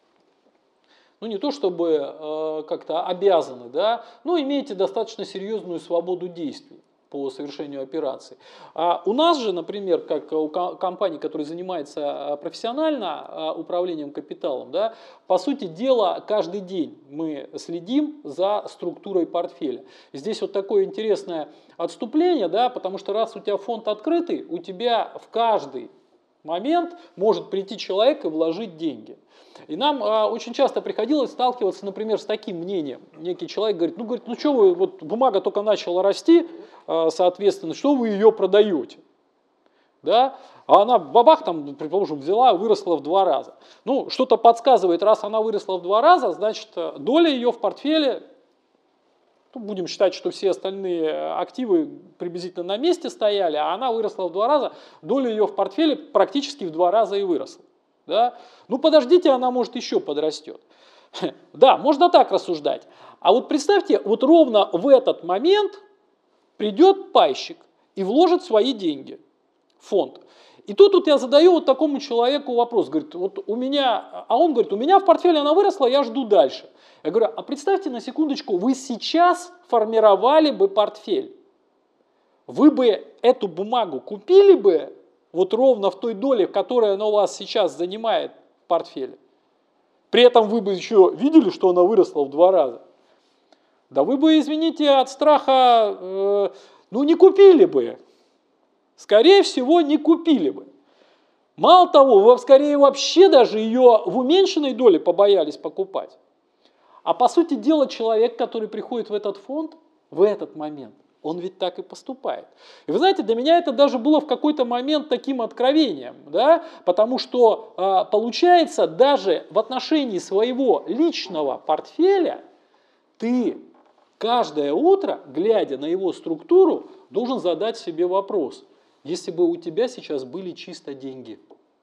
ну не то чтобы э, как-то обязаны, да, но имеете достаточно серьезную свободу действий по совершению операций. А у нас же, например, как у компании, которая занимается профессионально управлением капиталом, да, по сути дела, каждый день мы следим за структурой портфеля. Здесь вот такое интересное отступление, да, потому что раз у тебя фонд открытый, у тебя в каждый момент может прийти человек и вложить деньги. И нам а, очень часто приходилось сталкиваться, например, с таким мнением. Некий человек говорит, ну, говорит, ну что вы, вот бумага только начала расти, а, соответственно, что вы ее продаете? Да? А она бабах, там, предположим, взяла, выросла в два раза. Ну, что-то подсказывает, раз она выросла в два раза, значит, доля ее в портфеле, ну, будем считать, что все остальные активы приблизительно на месте стояли, а она выросла в два раза, доля ее в портфеле практически в два раза и выросла. Да? Ну подождите, она может еще подрастет. Да, можно так рассуждать. А вот представьте, вот ровно в этот момент придет пайщик и вложит свои деньги в фонд. И тут вот я задаю вот такому человеку вопрос, говорит, вот у меня, а он говорит, у меня в портфеле она выросла, я жду дальше. Я говорю, а представьте на секундочку, вы сейчас формировали бы портфель. Вы бы эту бумагу купили бы, вот ровно в той доле, которая она у вас сейчас занимает в портфеле. При этом вы бы еще видели, что она выросла в два раза. Да вы бы, извините, от страха э, Ну, не купили бы. Скорее всего, не купили бы. Мало того, вы скорее вообще даже ее в уменьшенной доле побоялись покупать. А по сути дела, человек, который приходит в этот фонд, в этот момент, он ведь так и поступает. И вы знаете, для меня это даже было в какой-то момент таким откровением, да? Потому что э, получается, даже в отношении своего личного портфеля ты каждое утро, глядя на его структуру, должен задать себе вопрос: если бы у тебя сейчас были чисто деньги,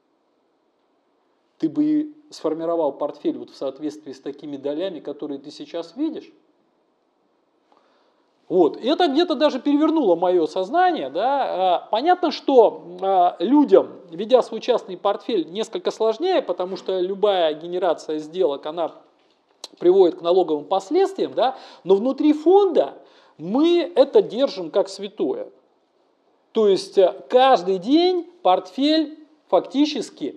ты бы сформировал портфель вот в соответствии с такими долями, которые ты сейчас видишь? Вот. И это где-то даже перевернуло мое сознание. Да? Понятно, что людям, ведя свой частный портфель, несколько сложнее, потому что любая генерация сделок, она приводит к налоговым последствиям, да? Но внутри фонда мы это держим как святое. То есть каждый день портфель фактически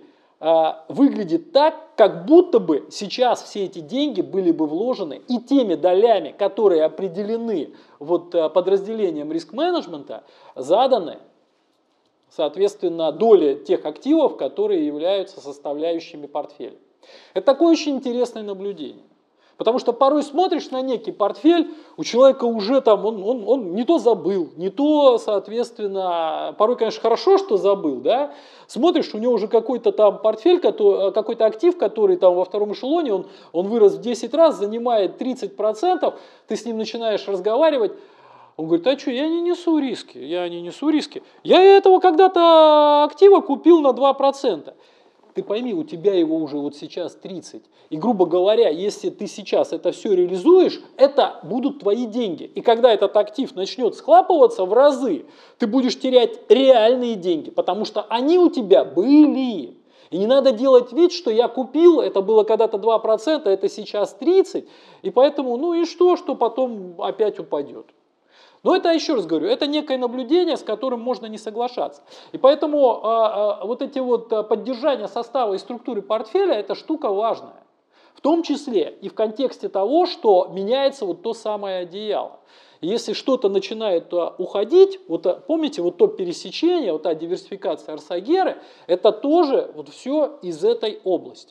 выглядит так, как будто бы сейчас все эти деньги были бы вложены и теми долями, которые определены вот подразделением риск-менеджмента, заданы, соответственно, доли тех активов, которые являются составляющими портфеля. Это такое очень интересное наблюдение. Потому что порой смотришь на некий портфель, у человека уже там, он, он, он не то забыл, не то, соответственно, порой, конечно, хорошо, что забыл, да, смотришь, у него уже какой-то там портфель, какой-то актив, который там во втором эшелоне, он, он вырос в десять раз, занимает тридцать процентов, ты с ним начинаешь разговаривать, он говорит: а что, я не несу риски, я не несу риски, я этого когда-то актива купил на два процента. Ты пойми, у тебя его уже вот сейчас тридцать. И, грубо говоря, если ты сейчас это все реализуешь, это будут твои деньги. И когда этот актив начнет схлапываться в разы, ты будешь терять реальные деньги, потому что они у тебя были. И не надо делать вид, что я купил, это было когда-то два процента, это сейчас тридцать, и поэтому, ну и что, что потом опять упадет. Но это, еще раз говорю, это некое наблюдение, с которым можно не соглашаться. И поэтому а, а, вот эти вот а, поддержания состава и структуры портфеля – это штука важная. В том числе и в контексте того, что меняется вот то самое одеяло. И если что-то начинает а, уходить, вот, а, помните, вот то пересечение, вот та диверсификация Арсагеры, это тоже вот все из этой области.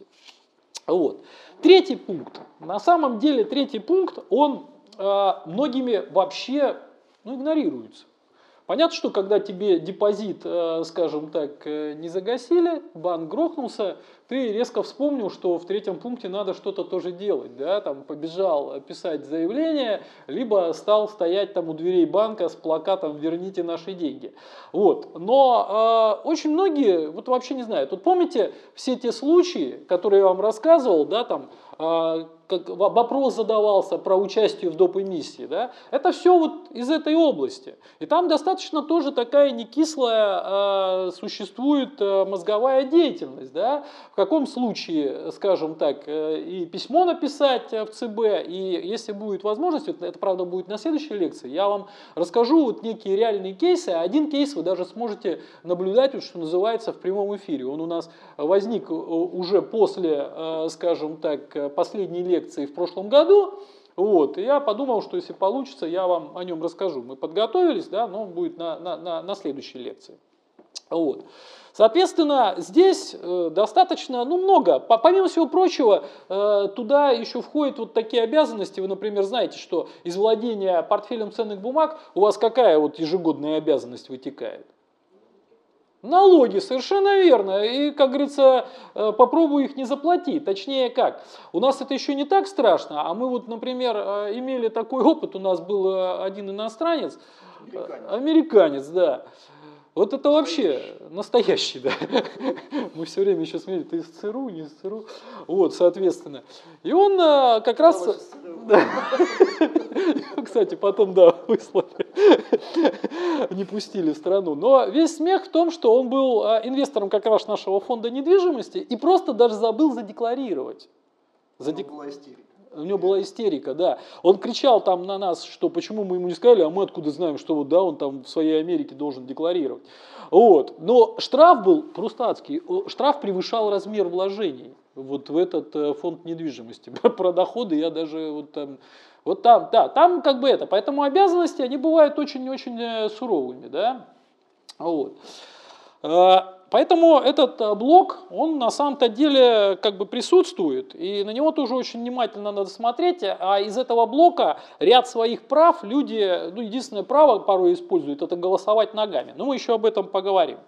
Вот. Третий пункт. На самом деле третий пункт, он а, многими вообще... Ну, игнорируется. Понятно, что когда тебе депозит, скажем так, не загасили, банк грохнулся, ты резко вспомнил, что в третьем пункте надо что-то тоже делать. Да? Там побежал писать заявление, либо стал стоять там у дверей банка с плакатом «Верните наши деньги». Вот. Но э, очень многие вот вообще не знают. Вот помните все те случаи, которые я вам рассказывал, да, там, э, как вопрос задавался про участие в доп. Эмиссии, да? Это все вот из этой области. И там достаточно тоже такая некислая э, существует э, мозговая деятельность. Да? В каком случае, скажем так, э, и письмо написать в ЦБ, и если будет возможность, это, это правда будет на следующей лекции, я вам расскажу вот некие реальные кейсы. Один кейс вы даже сможете наблюдать, вот, что называется, в прямом эфире. Он у нас возник уже после, э, скажем так, последней лекции в прошлом году, вот, и я подумал, что если получится, я вам о нем расскажу. Мы подготовились, да, но он будет на, на, на, на следующей лекции. Вот. Соответственно, здесь э, достаточно, ну, много. Помимо всего прочего, э, туда еще входят вот такие обязанности. Вы, например, знаете, что из владения портфелем ценных бумаг у вас какая вот ежегодная обязанность вытекает? Налоги, совершенно верно. И, как говорится, попробуй их не заплатить. Точнее как, у нас это еще не так страшно, а мы вот, например, имели такой опыт, у нас был один иностранец, американец, американец да. Вот это вообще настоящий, да. Мы все время еще смеялись, ты из ЦРУ, не из ЦРУ. Вот, соответственно. И он как раз... Кстати, потом, да, выслали. Не пустили в страну. Но весь смех в том, что он был инвестором как раз нашего фонда недвижимости и просто даже забыл задекларировать. Задек... У него была истерика, да. Он кричал там на нас, что почему мы ему не сказали, а мы откуда знаем, что вот, да, он там в своей Америке должен декларировать. Вот. Но штраф был просто адский. Штраф превышал размер вложений. вот в этот э, фонд недвижимости. Про доходы я даже вот там, вот там, да, там как бы это. Поэтому обязанности, они бывают очень-очень э, суровыми, да. Вот. Поэтому этот блок, он на самом-то деле как бы присутствует, и на него тоже очень внимательно надо смотреть, а из этого блока ряд своих прав люди, ну, единственное право порой используют, это голосовать ногами, но мы еще об этом поговорим.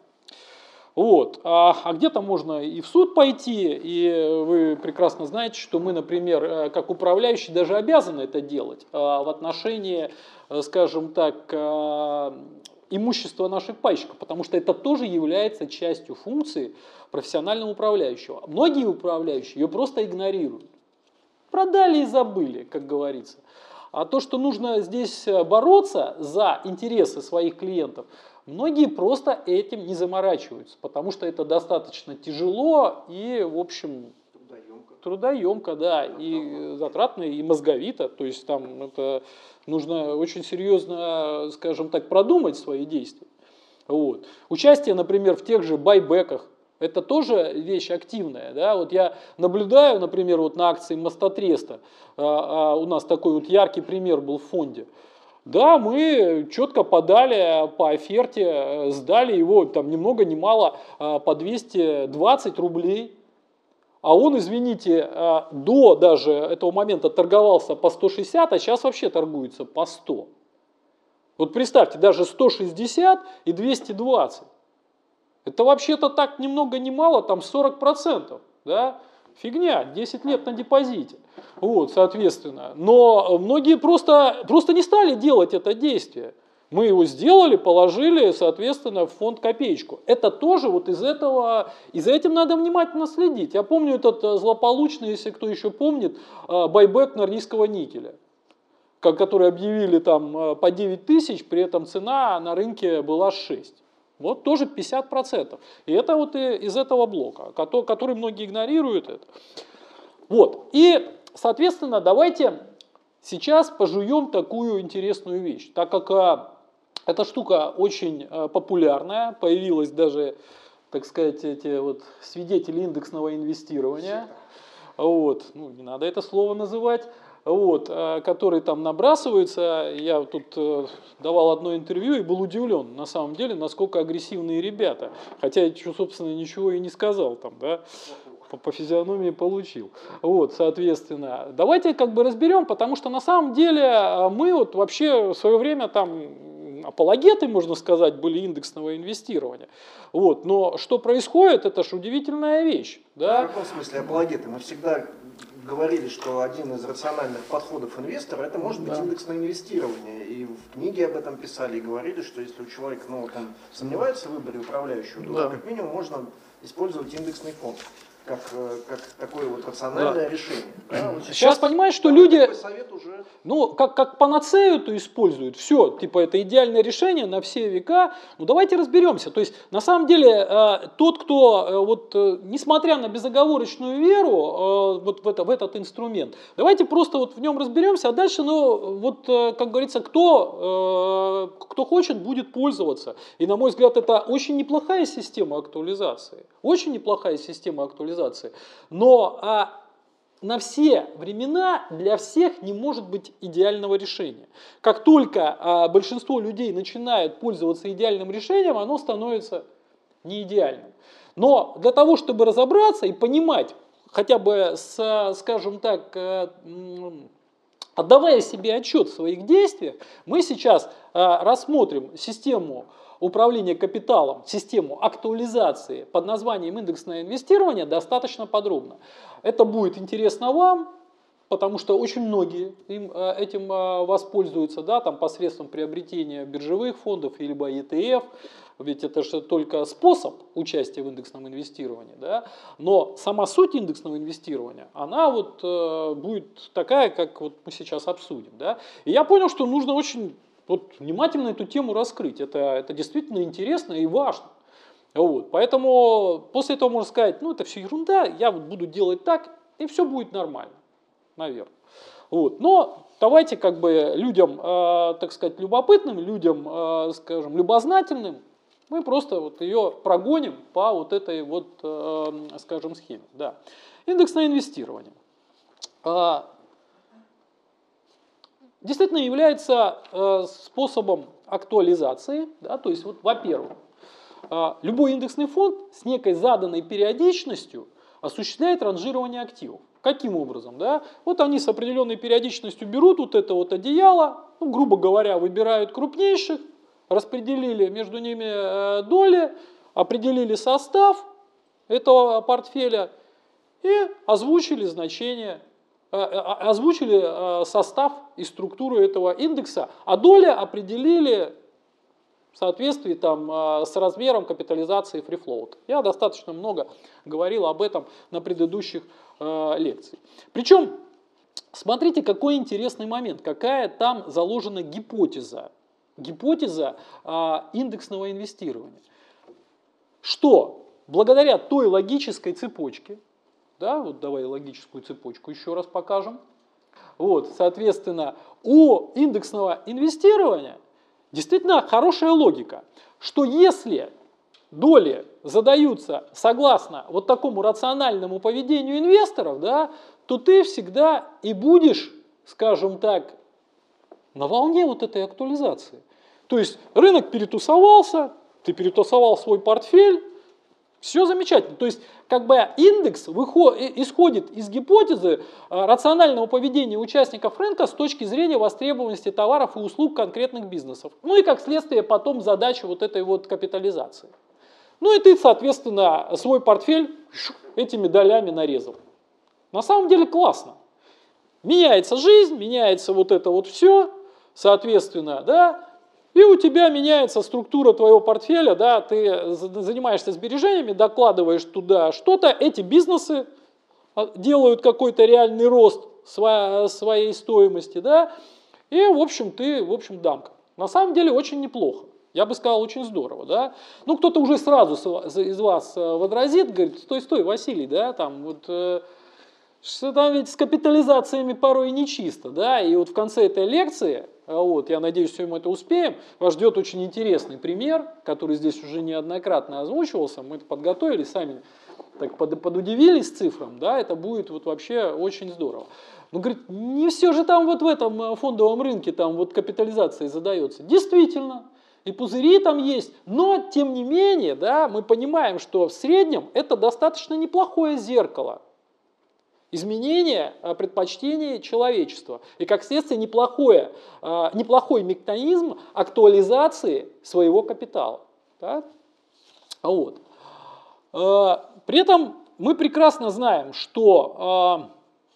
Вот. А, а где-то можно и в суд пойти, и вы прекрасно знаете, что мы, например, как управляющие даже обязаны это делать а, в отношении, скажем так, а, имущества наших пайщиков, потому что это тоже является частью функции профессионального управляющего. Многие управляющие ее просто игнорируют. Продали и забыли, как говорится. А то, что нужно здесь бороться за интересы своих клиентов, многие просто этим не заморачиваются, потому что это достаточно тяжело и, в общем, трудоемко, трудоемко да, и затратно, и мозговито. То есть там это нужно очень серьезно, скажем так, продумать свои действия. Вот. Участие, например, в тех же байбеках, это тоже вещь активная. Да? Вот я наблюдаю, например, вот на акции Мостотреста, а, а у нас такой вот яркий пример был в фонде. Да, мы четко подали по оферте, сдали его там ни много ни мало по двести двадцать рублей. А он, извините, до даже этого момента торговался по сто шестьдесят, а сейчас вообще торгуется по сто. Вот представьте, даже сто шестьдесят и двести двадцать. Это вообще-то так ни много ни мало, там сорок процентов. Да? Фигня, десять лет на депозите. Вот, соответственно. Но многие просто, просто не стали делать это действие. Мы его сделали, положили, соответственно, в фонд копеечку. Это тоже вот из этого, и за этим надо внимательно следить. Я помню этот злополучный, если кто еще помнит, байбек нордического никеля, который объявили там по девять тысяч, при этом цена на рынке была шесть. Вот тоже пятьдесят процентов. И это вот из этого блока, который многие игнорируют это. Вот. И, соответственно, давайте сейчас пожуем такую интересную вещь. Так как эта штука очень популярная, появилась даже, так сказать, эти вот свидетели индексного инвестирования. Вот. Ну, не надо это слово называть. Вот, которые там набрасываются. Я тут давал одно интервью и был удивлен, на самом деле, насколько агрессивные ребята. Хотя я, собственно, ничего и не сказал там, да, по, по физиономии получил. Вот, соответственно, давайте как бы разберем, потому что на самом деле мы вот вообще в свое время там апологеты, можно сказать, были индексного инвестирования. Вот, но что происходит, это ж удивительная вещь. Да? В каком смысле апологеты? Мы всегда говорили, что один из рациональных подходов инвестора это может быть да. индексное инвестирование. И в книге об этом писали и говорили, что если у человека ну, вот он сомневается в выборе управляющего, то да. как минимум можно использовать индексный фонд. Как, как такое вот рациональное да. решение. Да, вот сейчас, сейчас понимаешь, что люди, уже... ну, как, как панацею это используют, все, типа это идеальное решение на все века, ну давайте разберемся. То есть на самом деле э, тот, кто, э, вот, э, несмотря на безоговорочную веру э, вот в, это, в этот инструмент, давайте просто вот в нем разберемся, а дальше, ну, вот, э, как говорится, кто, э, кто хочет, будет пользоваться. И на мой взгляд, это очень неплохая система актуализации, очень неплохая система актуализации. Но а, на все времена для всех не может быть идеального решения. Как только а, большинство людей начинает пользоваться идеальным решением, оно становится не идеальным. Но для того, чтобы разобраться и понимать, хотя бы, с, скажем так, отдавая себе отчет в своих действиях, мы сейчас а, рассмотрим систему управления капиталом, систему актуализации под названием индексное инвестирование достаточно подробно. Это будет интересно вам, потому что очень многие им, этим воспользуются, да, там, посредством приобретения биржевых фондов либо и ти эф, ведь это же только способ участия в индексном инвестировании. Да? Но сама суть индексного инвестирования, она вот, э, будет такая, как вот мы сейчас обсудим. Да? И я понял, что нужно очень вот, внимательно эту тему раскрыть. Это, это действительно интересно и важно. Вот. Поэтому после этого можно сказать, ну это все ерунда, я вот буду делать так, и все будет нормально, наверное. Вот. Но давайте как бы людям, э, так сказать, любопытным, людям, э, скажем, любознательным, мы просто вот ее прогоним по вот этой вот, э, скажем, схеме. Да. Индексное инвестирование действительно является способом актуализации, да, то есть, вот, во-первых, любой индексный фонд с некой заданной периодичностью осуществляет ранжирование активов. Каким образом? Да? Вот они с определенной периодичностью берут вот это вот одеяло, ну, грубо говоря, выбирают крупнейших, распределили между ними доли, определили состав этого портфеля и озвучили значение, озвучили состав и структуру этого индекса, а доли определили в соответствии там, с размером капитализации free float. Я достаточно много говорил об этом на предыдущих э, лекциях. Причем, смотрите, какой интересный момент, какая там заложена гипотеза. Гипотеза э, индексного инвестирования. Что благодаря той логической цепочке, да, вот давай логическую цепочку еще раз покажем, вот, соответственно, у индексного инвестирования действительно хорошая логика, что если доли задаются согласно вот такому рациональному поведению инвесторов, да, то ты всегда и будешь, скажем так, на волне вот этой актуализации. То есть рынок перетусовался, ты перетусовал свой портфель, все замечательно. То есть как бы индекс выходит, исходит из гипотезы рационального поведения участников рынка с точки зрения востребованности товаров и услуг конкретных бизнесов. Ну и как следствие потом задачи вот этой вот капитализации. Ну и ты, соответственно, свой портфель этими долями нарезал. На самом деле классно. Меняется жизнь, меняется вот это вот все, соответственно, да. И у тебя меняется структура твоего портфеля, да, ты занимаешься сбережениями, докладываешь туда что-то, эти бизнесы делают какой-то реальный рост своей стоимости, да, и, в общем, ты, в общем, дамка. На самом деле очень неплохо, я бы сказал, очень здорово, да. Ну, кто-то уже сразу из вас возразит, говорит, стой, стой, Василий, да, там вот... Что там ведь с капитализациями порой нечисто, да, и вот в конце этой лекции, вот, я надеюсь, все мы это успеем, вас ждет очень интересный пример, который здесь уже неоднократно озвучивался, мы это подготовили, сами так под, подудивились цифрам, да, это будет вот вообще очень здорово. Ну, говорит, не все же там вот в этом фондовом рынке там вот капитализация задается. Действительно, и пузыри там есть, но тем не менее, да, мы понимаем, что в среднем это достаточно неплохое зеркало изменение предпочтений человечества. И как следствие неплохое, неплохой механизм актуализации своего капитала. Да? Вот. При этом мы прекрасно знаем, что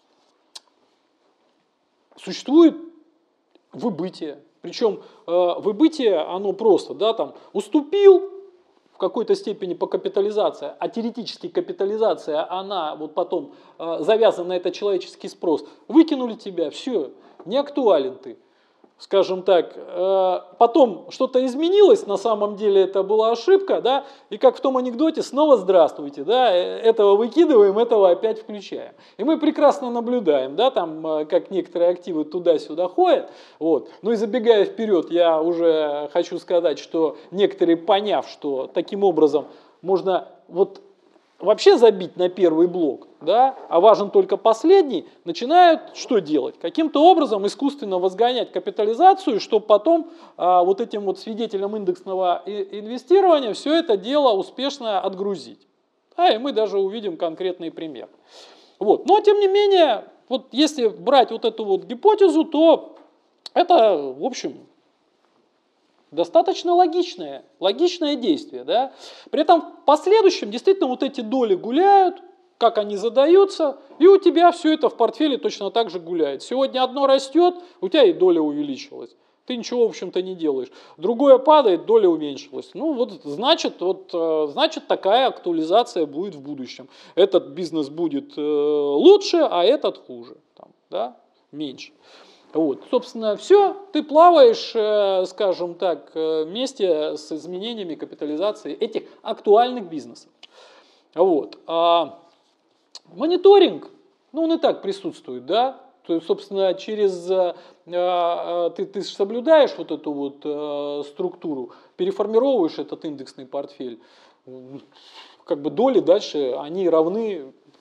существует выбытие. Причем выбытие, оно просто, да, там, уступил в какой-то степени по капитализации, а теоретически капитализация, она вот потом э, завязана на этот человеческий спрос, выкинули тебя, все, не актуален ты. Скажем так, э, потом что-то изменилось, на самом деле это была ошибка, да, и как в том анекдоте, снова здравствуйте, да, этого выкидываем, этого опять включаем. И мы прекрасно наблюдаем, да, там, э, как некоторые активы туда-сюда ходят, вот. Ну и забегая вперед, я уже хочу сказать, что некоторые, поняв, что таким образом можно вот вообще забить на первый блок, да, а важен только последний, начинают что делать? Каким-то образом искусственно возгонять капитализацию, чтобы потом а, вот этим вот свидетелям индексного инвестирования все это дело успешно отгрузить. Да, и мы даже увидим конкретный пример. Вот. Но тем не менее, вот если брать вот эту вот гипотезу, то это, в общем, достаточно логичное, логичное действие. Да? При этом в последующем действительно вот эти доли гуляют, как они задаются, и у тебя все это в портфеле точно так же гуляет. Сегодня одно растет, у тебя и доля увеличилась. Ты ничего, в общем-то, не делаешь. Другое падает, доля уменьшилась. Ну вот значит, вот, значит такая актуализация будет в будущем. Этот бизнес будет лучше, а этот хуже, там, да? Меньше. Вот. Собственно, все, ты плаваешь, скажем так, вместе с изменениями капитализации этих актуальных бизнесов. Вот. А мониторинг, ну, он и так присутствует, да, то есть, собственно, через, ты, ты соблюдаешь вот эту вот структуру, переформировываешь этот индексный портфель, как бы доли дальше, они равны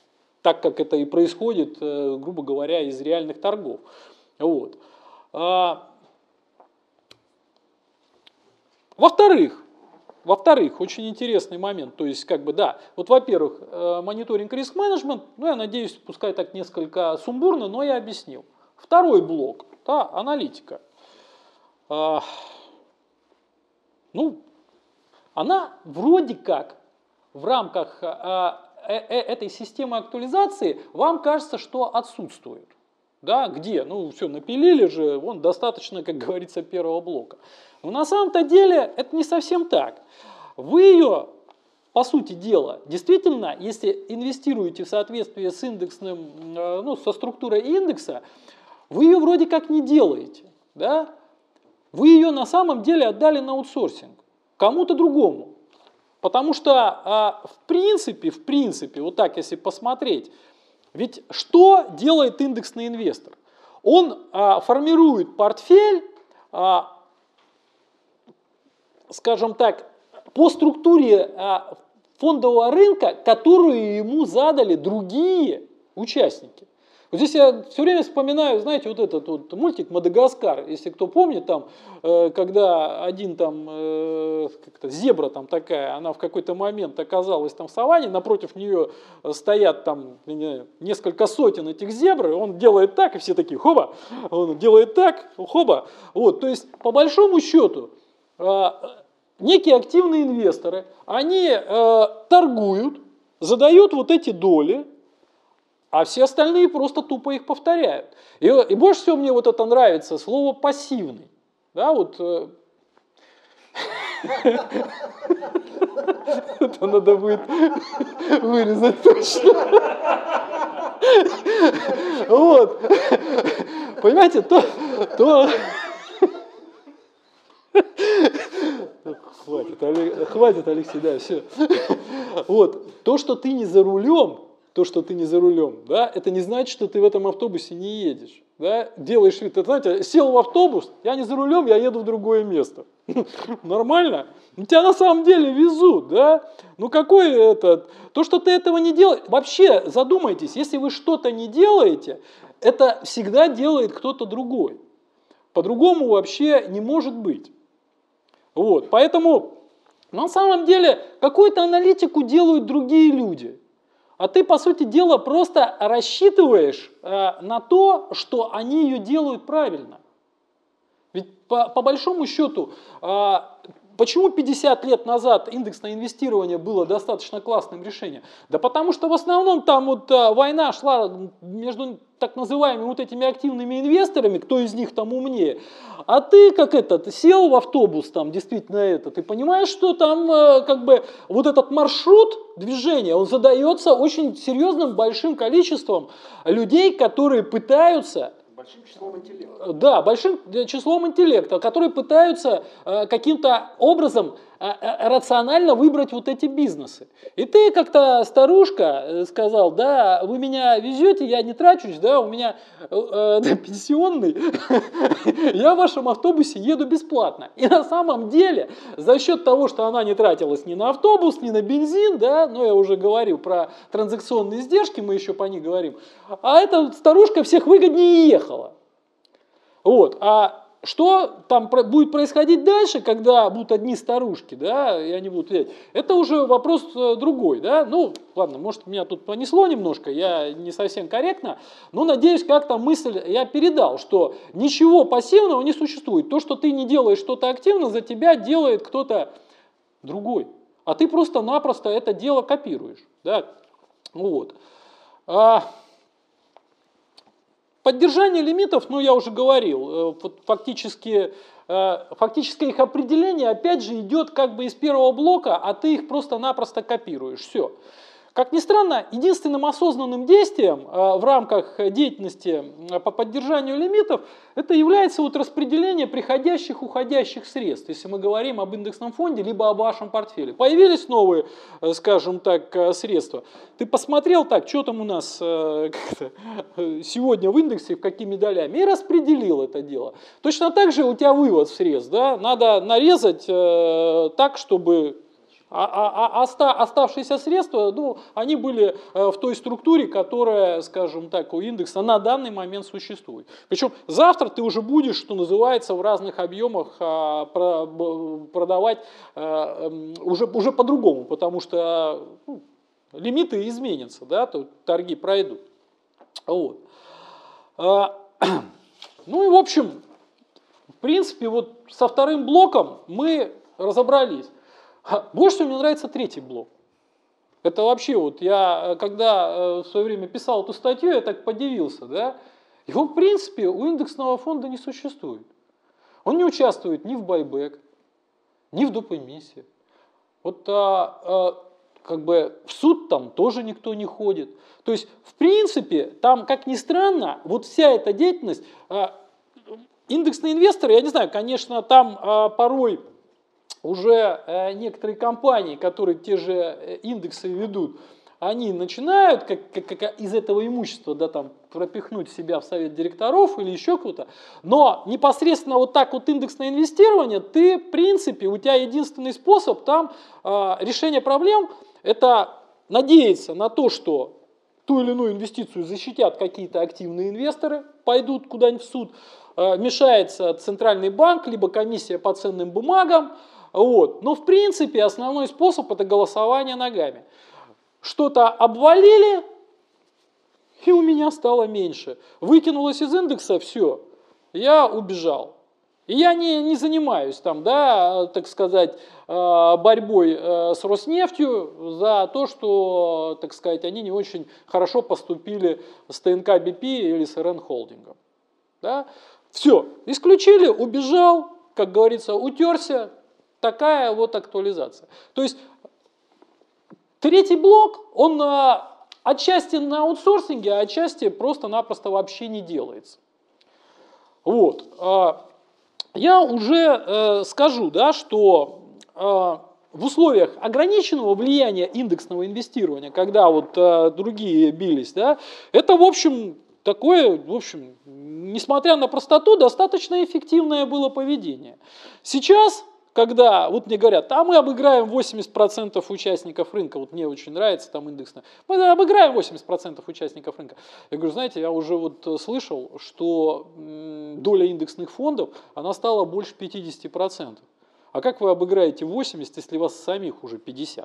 так как это и происходит, грубо говоря, из реальных торгов. Вот. Во-вторых, во-вторых, очень интересный момент, то есть, как бы, да, вот, во-первых, мониторинг риск-менеджмент, ну, я надеюсь, пускай так несколько сумбурно, но я объяснил. Второй блок, да, аналитика. Ну, она вроде как в рамках этой системы актуализации вам кажется, что отсутствует. Да, где? Ну, все, напилили же, вон, достаточно, как говорится, первого блока. Но на самом-то деле это не совсем так. Вы ее, по сути дела, действительно, если инвестируете в соответствии с индексным, ну, со структурой индекса, вы ее вроде как не делаете. Да? Вы ее на самом деле отдали на аутсорсинг кому-то другому. Потому что, в принципе, в принципе, вот так, если посмотреть, ведь что делает индексный инвестор? Он а, формирует портфель, а, скажем так, по структуре а, фондового рынка, которую ему задали другие участники. Вот здесь я все время вспоминаю, знаете, вот этот вот мультик «Мадагаскар», если кто помнит, там, э, когда один там, э, как-то зебра там такая, она в какой-то момент оказалась там в саванне, напротив нее стоят там не, несколько сотен этих зебр, он делает так, и все такие, хоба, он делает так, хоба. Вот, то есть, по большому счету, э, некие активные инвесторы, они э, торгуют, задают вот эти доли, а все остальные просто тупо их повторяют. И, и больше всего мне вот это нравится, слово «пассивный». Да, вот... Это надо будет вырезать точно. Вот. Понимаете, то... то... Хватит, хватит, Алексей, да, все. Вот. То, что ты не за рулем, то, что ты не за рулем, да, это не значит, что ты в этом автобусе не едешь. Да, делаешь вид, ты, знаете, сел в автобус, я не за рулем, я еду в другое место. Нормально? Тебя на самом деле везут, да? Ну какой это? То, что ты этого не делаешь, вообще задумайтесь, если вы что-то не делаете, это всегда делает кто-то другой. По-другому вообще не может быть. Вот, поэтому на самом деле какую-то аналитику делают другие люди. А ты, по сути дела, просто рассчитываешь э, на то, что они ее делают правильно. Ведь по, по большому счету, э, почему пятьдесят лет назад индексное инвестирование было достаточно классным решением? Да потому что в основном там вот э, война шла между так называемыми вот этими активными инвесторами, кто из них там умнее. А ты как это, ты сел в автобус там, действительно это, ты понимаешь, что там э, как бы вот этот маршрут движения, он задается очень серьезным большим количеством людей, которые пытаются... Большим числом интеллекта. Да, большим числом интеллекта, которые пытаются э, каким-то образом э, э, рационально выбрать вот эти бизнесы. И ты как-то, старушка, сказал, да, вы меня везете, я не трачусь, да, у меня э, э, пенсионный, я в вашем автобусе еду бесплатно. И на самом деле, за счет того, что она не тратилась ни на автобус, ни на бензин, да, но я уже говорил про транзакционные издержки, мы еще по них говорим, а эта старушка всех выгоднее ехала. Вот. А что там будет происходить дальше, когда будут одни старушки, да, и они будут влиять, это уже вопрос другой, да, ну, ладно, может, меня тут понесло немножко, я не совсем корректно, но, надеюсь, как-то мысль я передал, что ничего пассивного не существует, то, что ты не делаешь что-то активно, за тебя делает кто-то другой, а ты просто-напросто это дело копируешь, да, вот. А поддержание лимитов, ну я уже говорил, фактически, фактическое их определение опять же идет как бы из первого блока, а ты их просто-напросто копируешь. Все. Как ни странно, единственным осознанным действием в рамках деятельности по поддержанию лимитов это является вот распределение приходящих, уходящих средств, если мы говорим об индексном фонде, либо об вашем портфеле. Появились новые, скажем так, средства. Ты посмотрел так, что там у нас сегодня в индексе, какими долями, и распределил это дело. Точно так же у тебя вывод средств, да? Надо нарезать так, чтобы... А, а, а оста, оставшиеся средства, ну, они были э, в той структуре, которая, скажем так, у индекса на данный момент существует. Причем завтра ты уже будешь, что называется, в разных объемах э, про, продавать э, уже, уже по-другому, потому что ну, лимиты изменятся, да, то торги пройдут. Вот. Ну и в общем, в принципе, вот со вторым блоком мы разобрались. Больше всего мне нравится третий блок. Это вообще вот я, когда в свое время писал эту статью, я так подивился, да. Его, в принципе, у индексного фонда не существует. Он не участвует ни в байбек, ни в доп. Эмиссии. Вот а, а, как бы в суд там тоже никто не ходит. То есть, в принципе, там, как ни странно, вот вся эта деятельность, а, индексные инвесторы, я не знаю, конечно, там а, порой уже э, некоторые компании, которые те же индексы ведут, они начинают как, как, как из этого имущества да, там, пропихнуть себя в совет директоров или еще кто-то, но непосредственно вот так вот индексное инвестирование, ты, в принципе, у тебя единственный способ там э, решения проблем, это надеяться на то, что ту или иную инвестицию защитят какие-то активные инвесторы, пойдут куда-нибудь в суд, э, вмешается центральный банк, либо комиссия по ценным бумагам. Вот. Но в принципе основной способ это голосование ногами. Что-то обвалили, и у меня стало меньше. Выкинулось из индекса, все, я убежал. И я не, не занимаюсь там, да, так сказать, борьбой с Роснефтью за то, что, так сказать, они не очень хорошо поступили с ТНК Би Пи или с эр эн холдингом. Да? Все, исключили, убежал, как говорится, утерся. Такая вот актуализация. То есть третий блок, он а, отчасти на аутсорсинге, а отчасти просто-напросто вообще не делается. Вот. А, я уже э, скажу, да, что э, в условиях ограниченного влияния индексного инвестирования, когда вот э, другие бились, да, это, в общем, такое, в общем, несмотря на простоту, достаточно эффективное было поведение. Сейчас когда вот мне говорят, а мы обыграем восемьдесят процентов участников рынка, вот мне очень нравится там индексная, мы обыграем восемьдесят процентов участников рынка. Я говорю, знаете, я уже вот слышал, что доля индексных фондов, она стала больше пятидесяти процентов. А как вы обыграете восемьдесят, если у вас самих уже пятьдесят?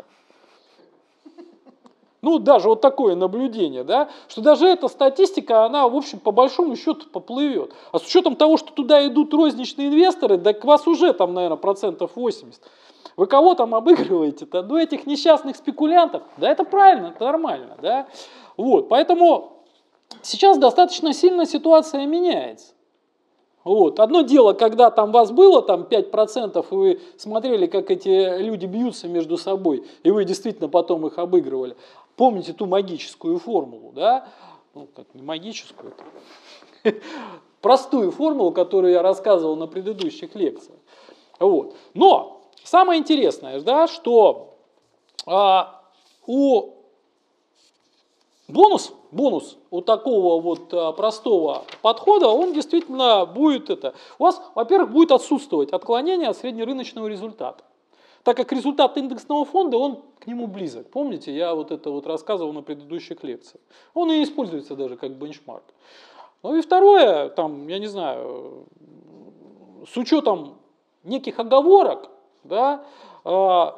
Ну, даже вот такое наблюдение, да, что даже эта статистика, она, в общем, по большому счету поплывет. А с учетом того, что туда идут розничные инвесторы, так вас уже там, наверное, процентов восемьдесят. Вы кого там обыгрываете-то? Ну, этих несчастных спекулянтов. Да, это правильно, это нормально, да. Вот, поэтому сейчас достаточно сильно ситуация меняется. Вот. Одно дело, когда там вас было там, пять процентов, и вы смотрели, как эти люди бьются между собой, и вы действительно потом их обыгрывали. Помните ту магическую формулу, да? Ну, как не магическую, это простую формулу, которую я рассказывал на предыдущих лекциях. Вот. Но самое интересное, да, что а, у бонус, бонус у такого вот а, простого подхода, он действительно будет это. У вас, во-первых, будет отсутствовать отклонение от среднерыночного результата. Так как результат индексного фонда, он к нему близок. Помните, я вот это вот рассказывал на предыдущих лекциях. Он и используется даже как бенчмарк. Ну и второе, там, я не знаю, с учетом неких оговорок, да, э,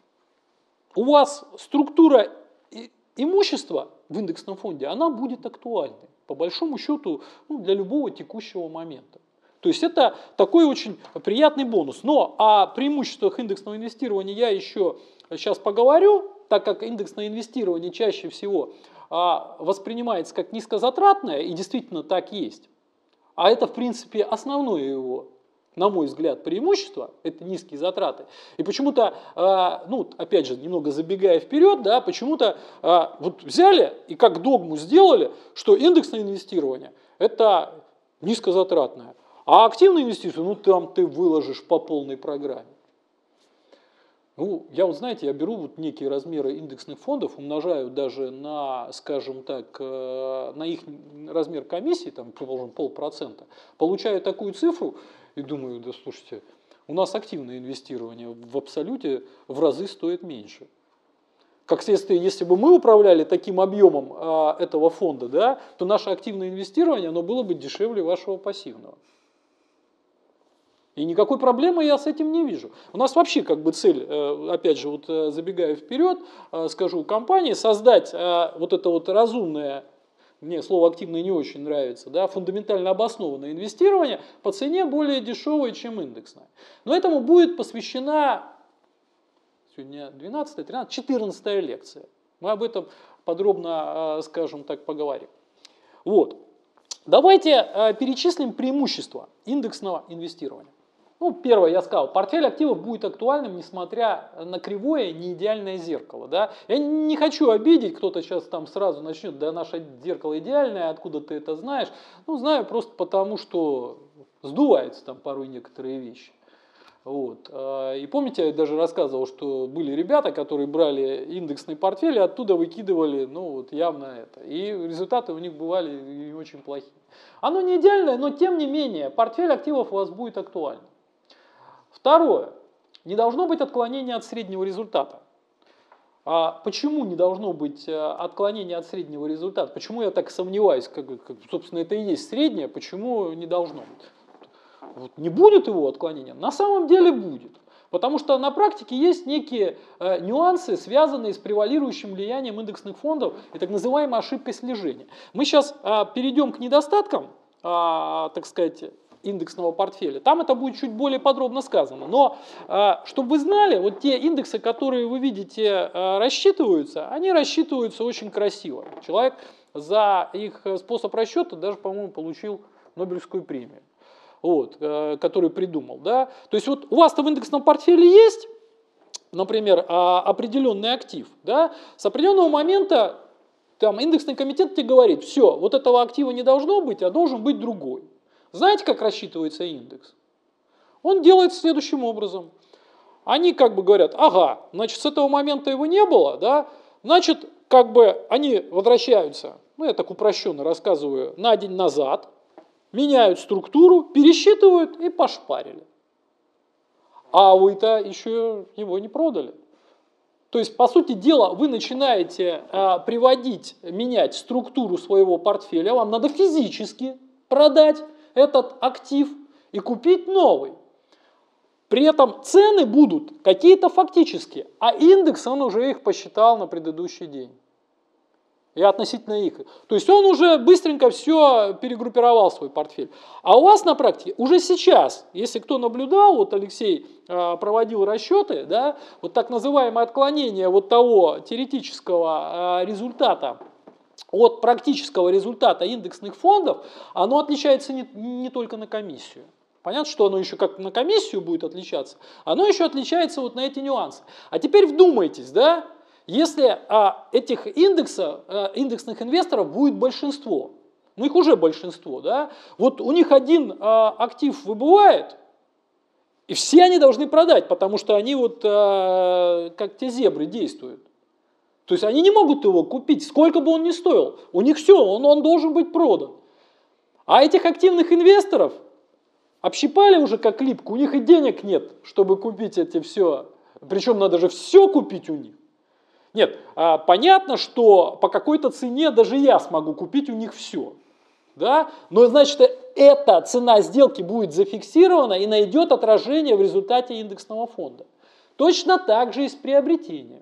у вас структура имущества в индексном фонде, она будет актуальной, по большому счету, ну, для любого текущего момента. То есть это такой очень приятный бонус. Но о преимуществах индексного инвестирования я еще сейчас поговорю, так как индексное инвестирование чаще всего а, воспринимается как низкозатратное, и действительно так есть. А это, в принципе, основное его, на мой взгляд, преимущество, это низкие затраты. И почему-то, а, ну, опять же, немного забегая вперед, да, почему-то а, вот взяли и как догму сделали, что индексное инвестирование это низкозатратное. А активные инвестиции, ну там ты выложишь по полной программе. Ну, я вот, знаете, я беру вот некие размеры индексных фондов, умножаю даже на, скажем так, на их размер комиссии, там, предположим, полпроцента, получаю такую цифру и думаю, да слушайте, у нас активное инвестирование в абсолюте в разы стоит меньше. Как следствие, если бы мы управляли таким объемом а, этого фонда, да, то наше активное инвестирование оно было бы дешевле вашего пассивного. И никакой проблемы я с этим не вижу. У нас вообще как бы цель, опять же, вот забегая вперед, скажу, компании создать вот это вот разумное, мне слово активное не очень нравится, да, фундаментально обоснованное инвестирование по цене более дешевой, чем индексное. Но этому будет посвящена сегодня двенадцатая, тринадцатая, четырнадцатая лекция. Мы об этом подробно, скажем так, поговорим. Вот. Давайте перечислим преимущества индексного инвестирования. Ну, первое, я сказал, портфель активов будет актуальным, несмотря на кривое, неидеальное зеркало. Да? Я не хочу обидеть, кто-то сейчас там сразу начнет, да, наше зеркало идеальное, откуда ты это знаешь. Ну, знаю просто потому, что сдуваются там порой некоторые вещи. Вот. И помните, я даже рассказывал, что были ребята, которые брали индексный портфель и оттуда выкидывали, ну, вот явно это. И результаты у них бывали не очень плохие. Оно не идеальное, но тем не менее, портфель активов у вас будет актуальным. Второе. Не должно быть отклонения от среднего результата. А почему не должно быть отклонения от среднего результата? Почему я так сомневаюсь? Как, как, собственно, это и есть среднее, почему не должно быть? Вот не будет его отклонения? На самом деле будет. Потому что на практике есть некие э, нюансы, связанные с превалирующим влиянием индексных фондов и так называемой ошибкой слежения. Мы сейчас э, перейдем к недостаткам, э, так сказать, индексного портфеля. Там это будет чуть более подробно сказано. Но, э, чтобы вы знали, вот те индексы, которые вы видите, э, рассчитываются, они рассчитываются очень красиво. Человек за их способ расчета даже, по-моему, получил Нобелевскую премию. Вот, э, который придумал. Да? То есть вот у вас-то в индексном портфеле есть, например, а, определенный актив. Да? С определенного момента там, индексный комитет тебе говорит, все, вот этого актива не должно быть, а должен быть другой. Знаете, как рассчитывается индекс? Он делает следующим образом. Они как бы говорят, ага, значит, с этого момента его не было, да? Значит, как бы они возвращаются, ну я так упрощенно рассказываю, на день назад, меняют структуру, пересчитывают и пошпарили. А вы-то еще его не продали. То есть, по сути дела, вы начинаете а, приводить, менять структуру своего портфеля, вам надо физически продать этот актив и купить новый. При этом цены будут какие-то фактические, а индекс, он уже их посчитал на предыдущий день. И относительно их. То есть он уже быстренько все перегруппировал свой портфель. А у вас на практике уже сейчас, если кто наблюдал, вот Алексей э, проводил расчеты, да, вот так называемое отклонение вот того теоретического э, результата от практического результата индексных фондов, оно отличается не, не только на комиссию. Понятно, что оно еще как на комиссию будет отличаться, оно еще отличается вот на эти нюансы. А теперь вдумайтесь, да, если а, этих индексов, а, индексных инвесторов будет большинство, ну их уже большинство, да, вот у них один а, актив выбывает, и все они должны продать, потому что они вот а, как те зебры действуют. То есть они не могут его купить, сколько бы он ни стоил. У них все, он, он должен быть продан. А этих активных инвесторов общипали уже как липку, у них и денег нет, чтобы купить эти все. Причем надо же все купить у них. Нет, понятно, что по какой-то цене даже я смогу купить у них все. Да? Но значит, эта цена сделки будет зафиксирована и найдет отражение в результате индексного фонда. Точно так же и с приобретением.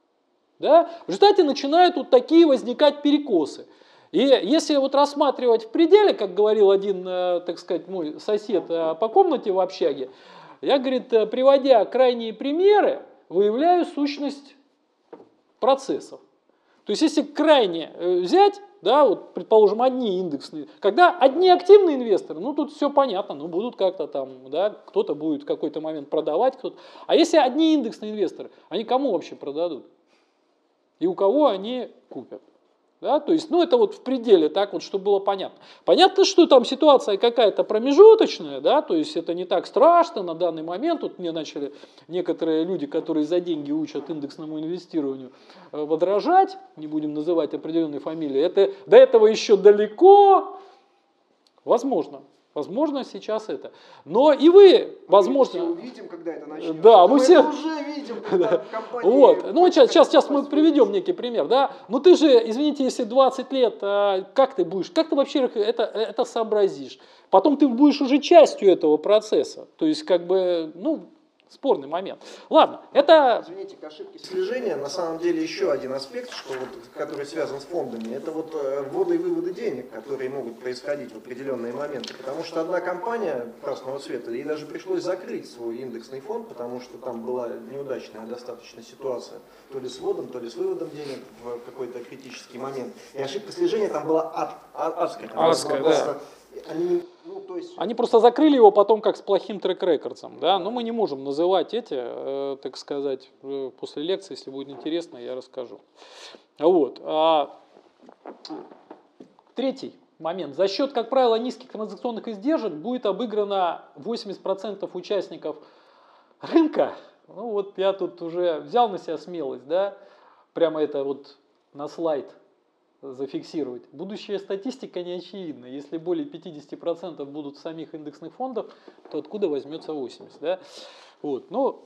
Да? В результате начинают вот такие возникать перекосы. И если вот рассматривать в пределе, как говорил один, так сказать, мой сосед по комнате в общаге, я, говорит, приводя крайние примеры, выявляю сущность процессов. То есть, если крайне взять, да, вот, предположим, одни индексные, когда одни активные инвесторы, ну, тут все понятно, ну, будут как-то там, да, кто-то будет в какой-то момент продавать, кто-то. А если одни индексные инвесторы, они кому вообще продадут? И у кого они купят? Да, то есть, ну, это вот в пределе, так вот, чтобы было понятно. Понятно, что там ситуация какая-то промежуточная, да, то есть это не так страшно на данный момент. Тут мне начали некоторые люди, которые за деньги учат индексному инвестированию, возражать, не будем называть определенные фамилии. Это, до этого еще далеко. Возможно, Возможно, сейчас это. Но и вы, возможно... Мы увидим, когда это начнется. Да, мы все... уже видим, когда компания... Вот. Ну, сейчас, сейчас, сейчас мы приведем некий пример, да. Ну, ты же, извините, если двадцать лет, как ты будешь, как ты вообще это, это сообразишь? Потом ты будешь уже частью этого процесса. То есть, как бы, ну... Спорный момент. Ладно, это... Извините, к ошибке слежения, на самом деле еще один аспект, что вот, который связан с фондами, это вот вводы и выводы денег, которые могут происходить в определенные моменты. Потому что одна компания красного цвета, ей даже пришлось закрыть свой индексный фонд, потому что там была неудачная достаточно ситуация, то ли с вводом, то ли с выводом денег в какой-то критический момент. И ошибка слежения там была ад, ад, адская. Адская, да. Они, ну, то есть... Они просто закрыли его потом как с плохим трек-рекордсом, да, но мы не можем называть эти, э, так сказать, э, после лекции, если будет интересно, я расскажу. Вот. А, третий момент. За счет, как правило, низких транзакционных издержек будет обыграно восемьдесят процентов участников рынка. Ну вот я тут уже взял на себя смелость, да, прямо это вот на слайд зафиксировать. Будущая статистика не очевидна. Если более пятидесяти процентов будут самих индексных фондов, то откуда возьмется восемьдесят процентов? Да? Вот. Но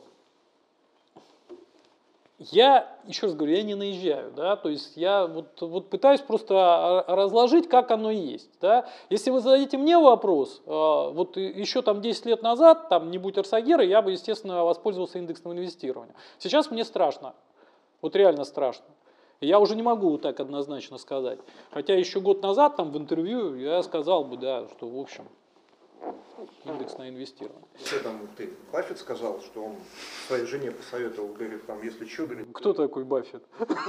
я, еще раз говорю, я не наезжаю. Да? То есть я вот, вот пытаюсь просто разложить, как оно есть. Да? Если вы зададите мне вопрос, вот еще там десять лет назад, там не будь Арсагера, я бы, естественно, воспользовался индексным инвестированием. Сейчас мне страшно. Вот реально страшно. Я уже не могу так однозначно сказать. Хотя еще год назад там в интервью я сказал бы, да, что в общем индексное инвестирование. Что там ты, Баффет сказал, что он своей жене посоветовал, говорит, там, если что, говорит... Кто такой Баффет?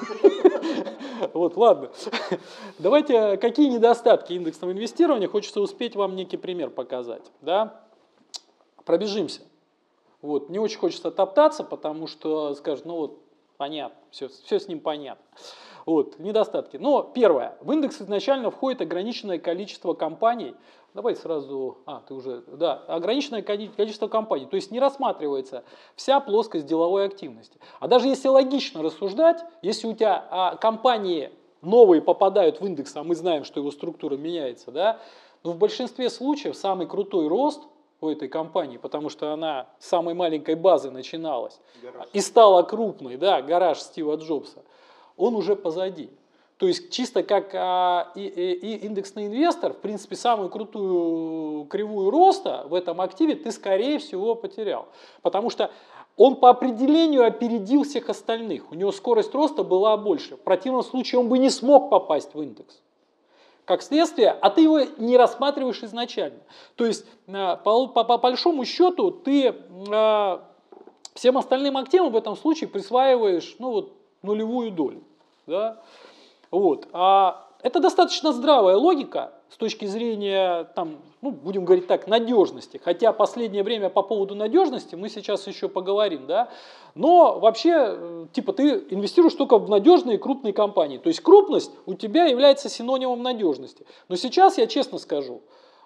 Вот, ладно. Давайте, какие недостатки индексного инвестирования, хочется успеть вам некий пример показать. Да? Пробежимся. Вот, не очень хочется топтаться, потому что скажут, ну вот, понятно, все, все с ним понятно. Вот, недостатки. Но первое, в индекс изначально входит ограниченное количество компаний. Давай сразу, а, ты уже, да, ограниченное количество компаний. То есть не рассматривается вся плоскость деловой активности. А даже если логично рассуждать, если у тебя а, компании новые попадают в индекс, а мы знаем, что его структура меняется, да, но в большинстве случаев самый крутой рост у этой компании, потому что она с самой маленькой базы начиналась гараж. И стала крупной, да, гараж Стива Джобса, он уже позади. То есть чисто как а, и, и, и индексный инвестор, в принципе, самую крутую кривую роста в этом активе ты, скорее всего, потерял. Потому что он по определению опередил всех остальных. У него скорость роста была больше. В противном случае он бы не смог попасть в индекс. Как следствие, а ты его не рассматриваешь изначально. То есть, по, по, по большому счету, ты э, всем остальным активам в этом случае присваиваешь ну, вот, нулевую долю. Да? Вот. А это достаточно здравая логика с точки зрения, там, ну, будем говорить так, надежности. Хотя последнее время по поводу надежности мы сейчас еще поговорим. Да? Но вообще, типа, ты инвестируешь только в надежные крупные компании. То есть крупность у тебя является синонимом надежности. Но сейчас я честно скажу,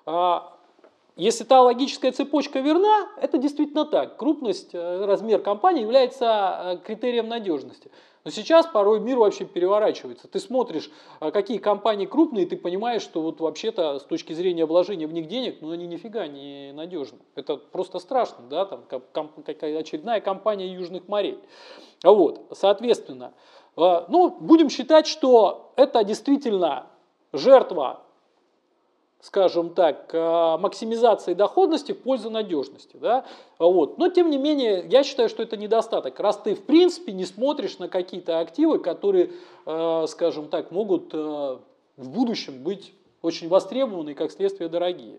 если та логическая цепочка верна, это действительно так. Крупность, размер компании является критерием надежности. Но сейчас порой мир вообще переворачивается. Ты смотришь, какие компании крупные, и ты понимаешь, что вот вообще-то с точки зрения вложения в них денег, ну они нифига не надежны. Это просто страшно, да, там какая очередная компания Южных морей. Вот, соответственно, ну, будем считать, что это действительно жертва, скажем так, максимизации доходности в пользу надежности. Да? Вот. Но тем не менее, я считаю, что это недостаток. Раз ты в принципе не смотришь на какие-то активы, которые, скажем так, могут в будущем быть очень востребованы и как следствие дорогие.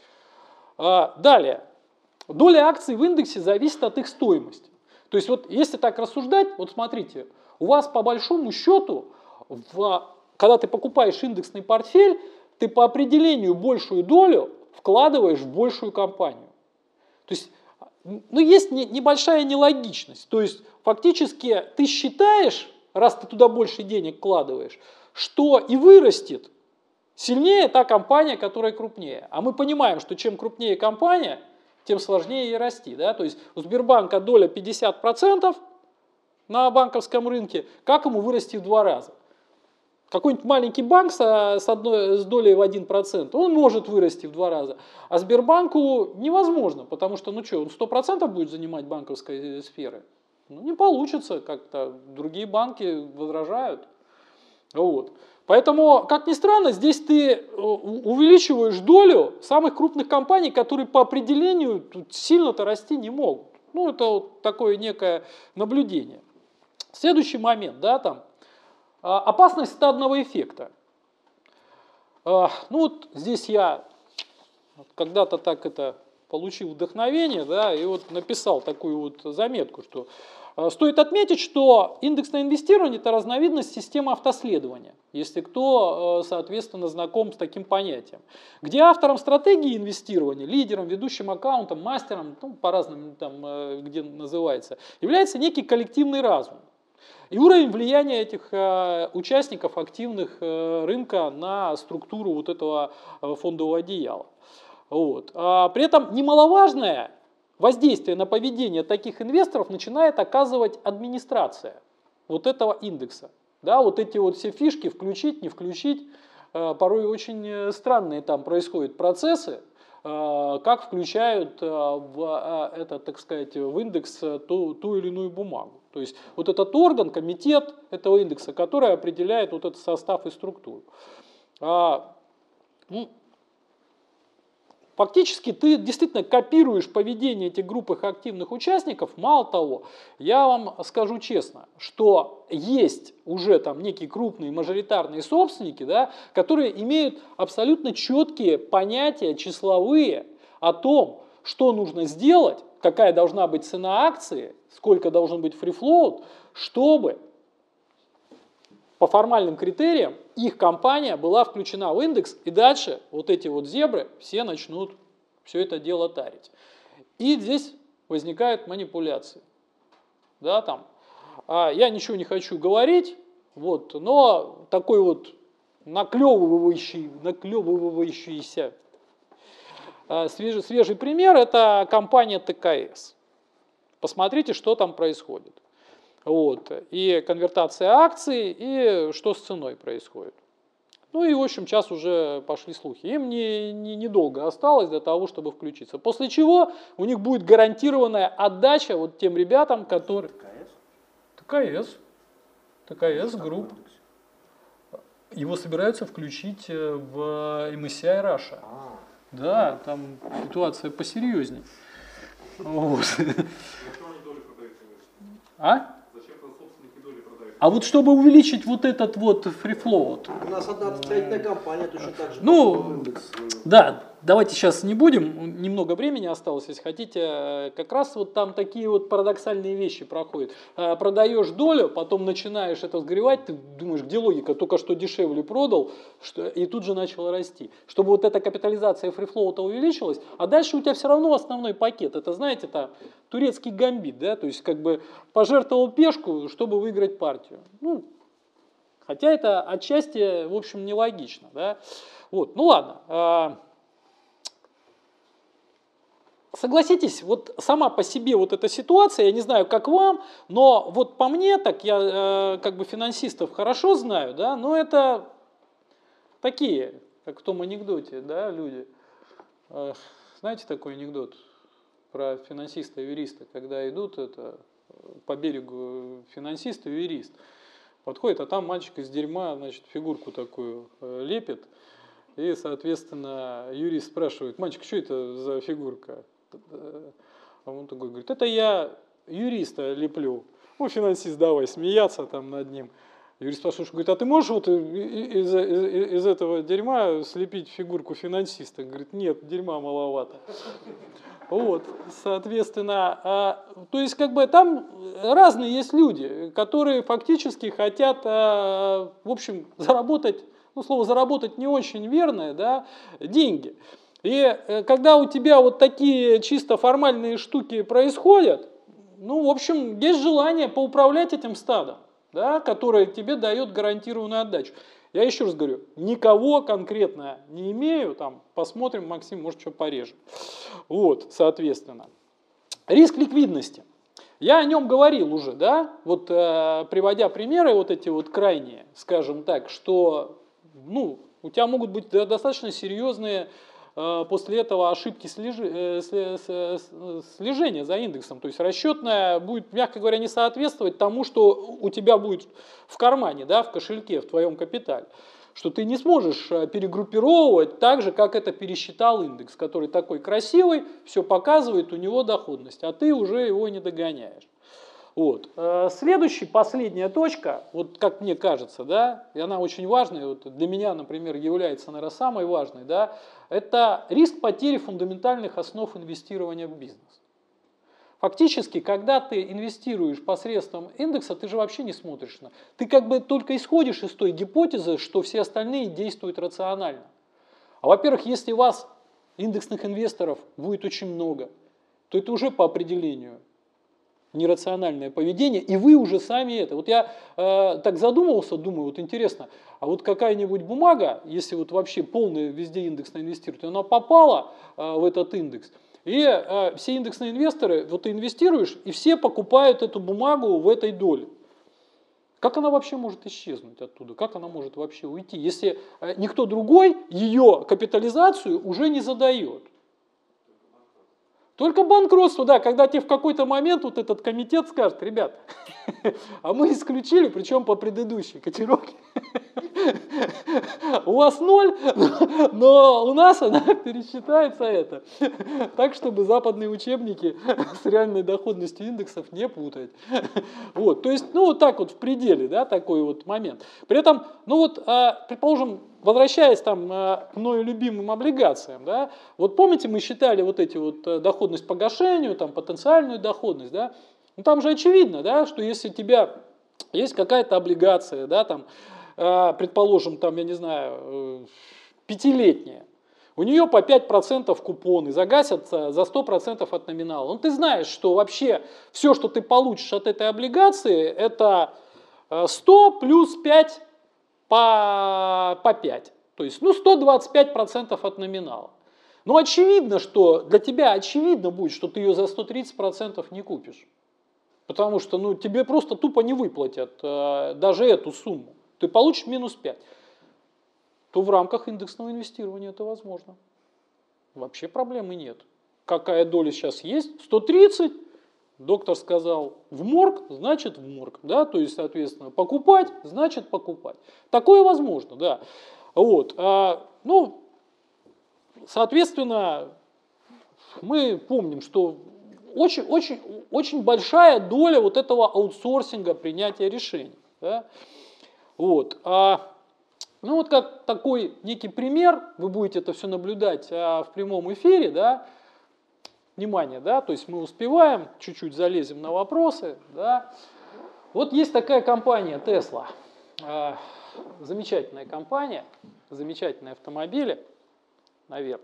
Далее. Доля акций в индексе зависит от их стоимости. То есть вот если так рассуждать, вот смотрите, у вас по большому счету, в, когда ты покупаешь индексный портфель, ты по определению большую долю вкладываешь в большую компанию. То есть, ну, есть не, небольшая нелогичность. То есть, фактически ты считаешь, раз ты туда больше денег вкладываешь, что и вырастет сильнее та компания, которая крупнее. А мы понимаем, что чем крупнее компания, тем сложнее ей расти. Да? То есть, у Сбербанка доля пятьдесят процентов на банковском рынке, как ему вырасти в два раза? Какой-нибудь маленький банк со, с, одной, с долей в один процент, он может вырасти в два раза. А Сбербанку невозможно, потому что, ну что, он сто процентов будет занимать банковской сферы? Ну, не получится как-то. Другие банки возражают. Вот. Поэтому, как ни странно, здесь ты увеличиваешь долю самых крупных компаний, которые по определению сильно-то расти не могут. Ну, это вот такое некое наблюдение. Следующий момент, да, там, опасность стадного эффекта. Ну вот здесь я когда-то так это получил вдохновение, да, и вот написал такую вот заметку, что стоит отметить, что индексное инвестирование – это разновидность системы автоследования, если кто, соответственно, знаком с таким понятием, где автором стратегии инвестирования, лидером, ведущим аккаунтом, мастером, ну, по-разному там, где называется, является некий коллективный разум. И уровень влияния этих э, участников активных э, рынка на структуру вот этого э, фондового одеяла. Вот. А при этом немаловажное воздействие на поведение таких инвесторов начинает оказывать администрация вот этого индекса. Да, вот эти вот все фишки, включить, не включить, э, порой очень странные там происходят процессы, э, как включают э, в, э, это, так сказать, в индекс ту, ту или иную бумагу. То есть вот этот орган, комитет этого индекса, который определяет вот этот состав и структуру. А, ну, фактически ты действительно копируешь поведение этих групп их активных участников. Мало того, я вам скажу честно, что есть уже там некие крупные мажоритарные собственники, да, которые имеют абсолютно четкие понятия числовые о том, что нужно сделать, какая должна быть цена акции, сколько должен быть фрифлоут, чтобы по формальным критериям их компания была включена в индекс, и дальше вот эти вот зебры все начнут все это дело тарить. И здесь возникают манипуляции. Да, там. А я ничего не хочу говорить, вот, но такой вот наклевывающий, наклевывающийся свежий, свежий пример – это компания тэ ка эс. Посмотрите, что там происходит. Вот. И конвертация акций, и что с ценой происходит. Ну и, в общем, сейчас уже пошли слухи. Им не, не, недолго осталось для того, чтобы включиться. После чего у них будет гарантированная отдача вот тем ребятам, которые… тэ ка эс. тэ ка эс Group. Его собираются включить в эм эс си ай Russia. Да, там ситуация посерьезнее. Вот. А? А вот чтобы увеличить вот этот вот free float. У нас одна строительная компания точно так же. Ну, да, давайте сейчас не будем, немного времени осталось, если хотите. Как раз вот там такие вот парадоксальные вещи проходят. Продаешь долю, потом начинаешь это сгревать, ты думаешь, где логика? Только что дешевле продал, что, и тут же начало расти. Чтобы вот эта капитализация free float увеличилась, а дальше у тебя все равно основной пакет. Это, знаете, это турецкий гамбит, да, то есть как бы пожертвовал пешку, чтобы выиграть партию. Ну, хотя это отчасти, в общем, нелогично. Да? Вот, ну ладно. Согласитесь, вот сама по себе вот эта ситуация, я не знаю, как вам, но вот по мне, так я как бы финансистов хорошо знаю, да, но это такие, как в том анекдоте, да, люди. Знаете такой анекдот про финансиста и юриста, когда идут это, по берегу финансист и юрист. Подходит, а там мальчик из дерьма, значит, фигурку такую лепит. И, соответственно, юрист спрашивает: мальчик, что это за фигурка? А он такой говорит: это я юриста леплю. Ну, финансист, давай смеяться там над ним. Юрист спрашивает, говорит: а ты можешь вот из, из, из этого дерьма слепить фигурку финансиста? Говорит: нет, дерьма маловато. Вот, соответственно, а, то есть как бы там разные есть люди, которые фактически хотят, а, в общем, заработать, ну, слово заработать не очень верное, да, деньги. И когда у тебя вот такие чисто формальные штуки происходят, ну, в общем, есть желание поуправлять этим стадом, да, которое тебе дает гарантированную отдачу. Я еще раз говорю, никого конкретно не имею, там, посмотрим, Максим, может, что порежем. Вот, соответственно. Риск ликвидности. Я о нем говорил уже, да, вот э, приводя примеры вот эти вот крайние, скажем так, что, ну, у тебя могут быть достаточно серьезные э, после этого ошибки слежи, э, слежения за индексом, то есть расчетная будет, мягко говоря, не соответствовать тому, что у тебя будет в кармане, да, в кошельке, в твоем капитале. Что ты не сможешь перегруппировывать так же, как это пересчитал индекс, который такой красивый, все показывает, у него доходность, а ты уже его не догоняешь. Вот. Следующая, последняя точка, вот как мне кажется, да, и она очень важная, вот для меня, например, является, наверное, самой важной, да, это риск потери фундаментальных основ инвестирования в бизнес. Фактически, когда ты инвестируешь посредством индекса, ты же вообще не смотришь на... Ты как бы только исходишь из той гипотезы, что все остальные действуют рационально. А во-первых, если у вас индексных инвесторов будет очень много, то это уже по определению нерациональное поведение, и вы уже сами это. Вот я э, так задумывался, думаю, вот интересно, а вот какая-нибудь бумага, если вот вообще полная везде индексно инвестирует, она попала э, в этот индекс, и э, все индексные инвесторы, вот ты инвестируешь, и все покупают эту бумагу в этой доле. Как она вообще может исчезнуть оттуда? Как она может вообще уйти, если э, никто другой ее капитализацию уже не задает? Только банкротство, да, когда тебе в какой-то момент вот этот комитет скажет, ребят, а мы исключили, причем по предыдущей котировке. У вас ноль, но у нас она пересчитается это. Так, чтобы западные учебники с реальной доходностью индексов не путать. Вот, то есть, ну вот так вот в пределе, да, такой вот момент. При этом, ну вот, предположим, возвращаясь там к мною любимым облигациям, да, вот помните, мы считали вот эти вот доходность погашению, там потенциальную доходность, да, ну там же очевидно, да, что если у тебя есть какая-то облигация, да, там, предположим, там, я не знаю, пятилетняя, у нее по пять процентов купоны, загасятся за сто процентов от номинала. Ну, ты знаешь, что вообще все, что ты получишь от этой облигации, это сто плюс пять по, по пять. То есть, ну, сто двадцать пять процентов от номинала. Ну, очевидно, что для тебя очевидно будет, что ты ее за сто тридцать процентов не купишь. Потому что, ну, тебе просто тупо не выплатят э, даже эту сумму. Ты получишь минус пять, то в рамках индексного инвестирования это возможно. Вообще проблемы нет. Какая доля сейчас есть? сто тридцать. Доктор сказал в морг, значит в морг. Да? То есть, соответственно, покупать, значит покупать. Такое возможно, да. Вот. А, ну, соответственно, мы помним, что очень, очень, очень большая доля вот этого аутсорсинга принятия решений. Да? Вот. А, ну вот как такой некий пример, вы будете это все наблюдать а, в прямом эфире, да, внимание, да, то есть мы успеваем, чуть-чуть залезем на вопросы, да. Вот есть такая компания Tesla, а, замечательная компания, замечательные автомобили, наверное.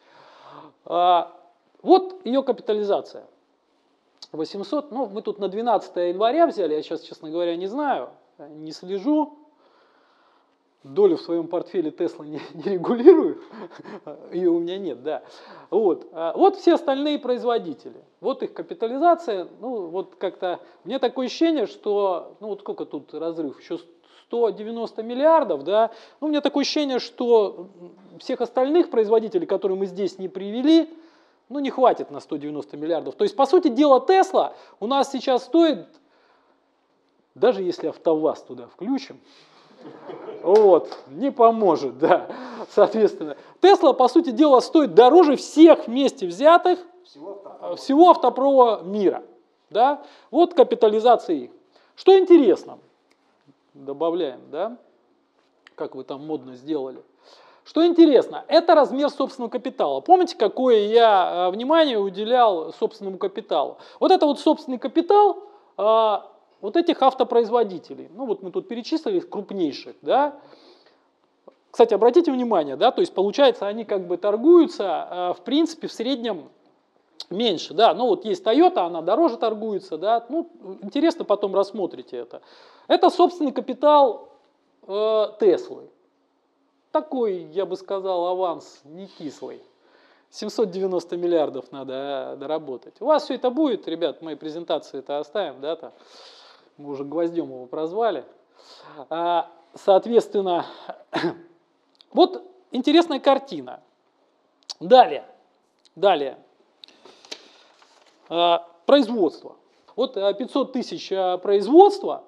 А, вот ее капитализация, восемьсот, ну мы тут на двенадцатое января взяли, я сейчас, честно говоря, не знаю, не слежу, долю в своем портфеле Tesla не, не регулирую, ее у меня нет, да. Вот. Вот все остальные производители, вот их капитализация, ну вот как-то, у меня такое ощущение, что, ну вот сколько тут разрыв, еще сто девяносто миллиардов, да, ну у меня такое ощущение, что всех остальных производителей, которые мы здесь не привели, ну не хватит на сто девяносто миллиардов. То есть, по сути дела, Tesla у нас сейчас стоит, даже если АвтоВАЗ туда включим, вот, не поможет, да, соответственно. Тесла, по сути дела, стоит дороже всех вместе взятых всего автопрома, всего автопрома мира, да. Вот капитализация их. Что интересно, добавляем, да, как вы там модно сделали. Что интересно, это размер собственного капитала. Помните, какое я внимание уделял собственному капиталу? Вот это вот собственный капитал вот этих автопроизводителей, ну вот мы тут перечислили крупнейших, да. Кстати, обратите внимание, да, то есть получается они как бы торгуются, в принципе, в среднем меньше, да, ну вот есть Toyota, она дороже торгуется, да, ну интересно потом рассмотрите это. Это собственный капитал э, Теслы, такой, я бы сказал, аванс не кислый. семьсот девяносто миллиардов надо доработать. У вас все это будет, ребят, мы презентации это оставим, да, -то. Мы уже гвоздем его прозвали. Соответственно, вот интересная картина. Далее, далее. Производство. Вот пятьсот тысяч производства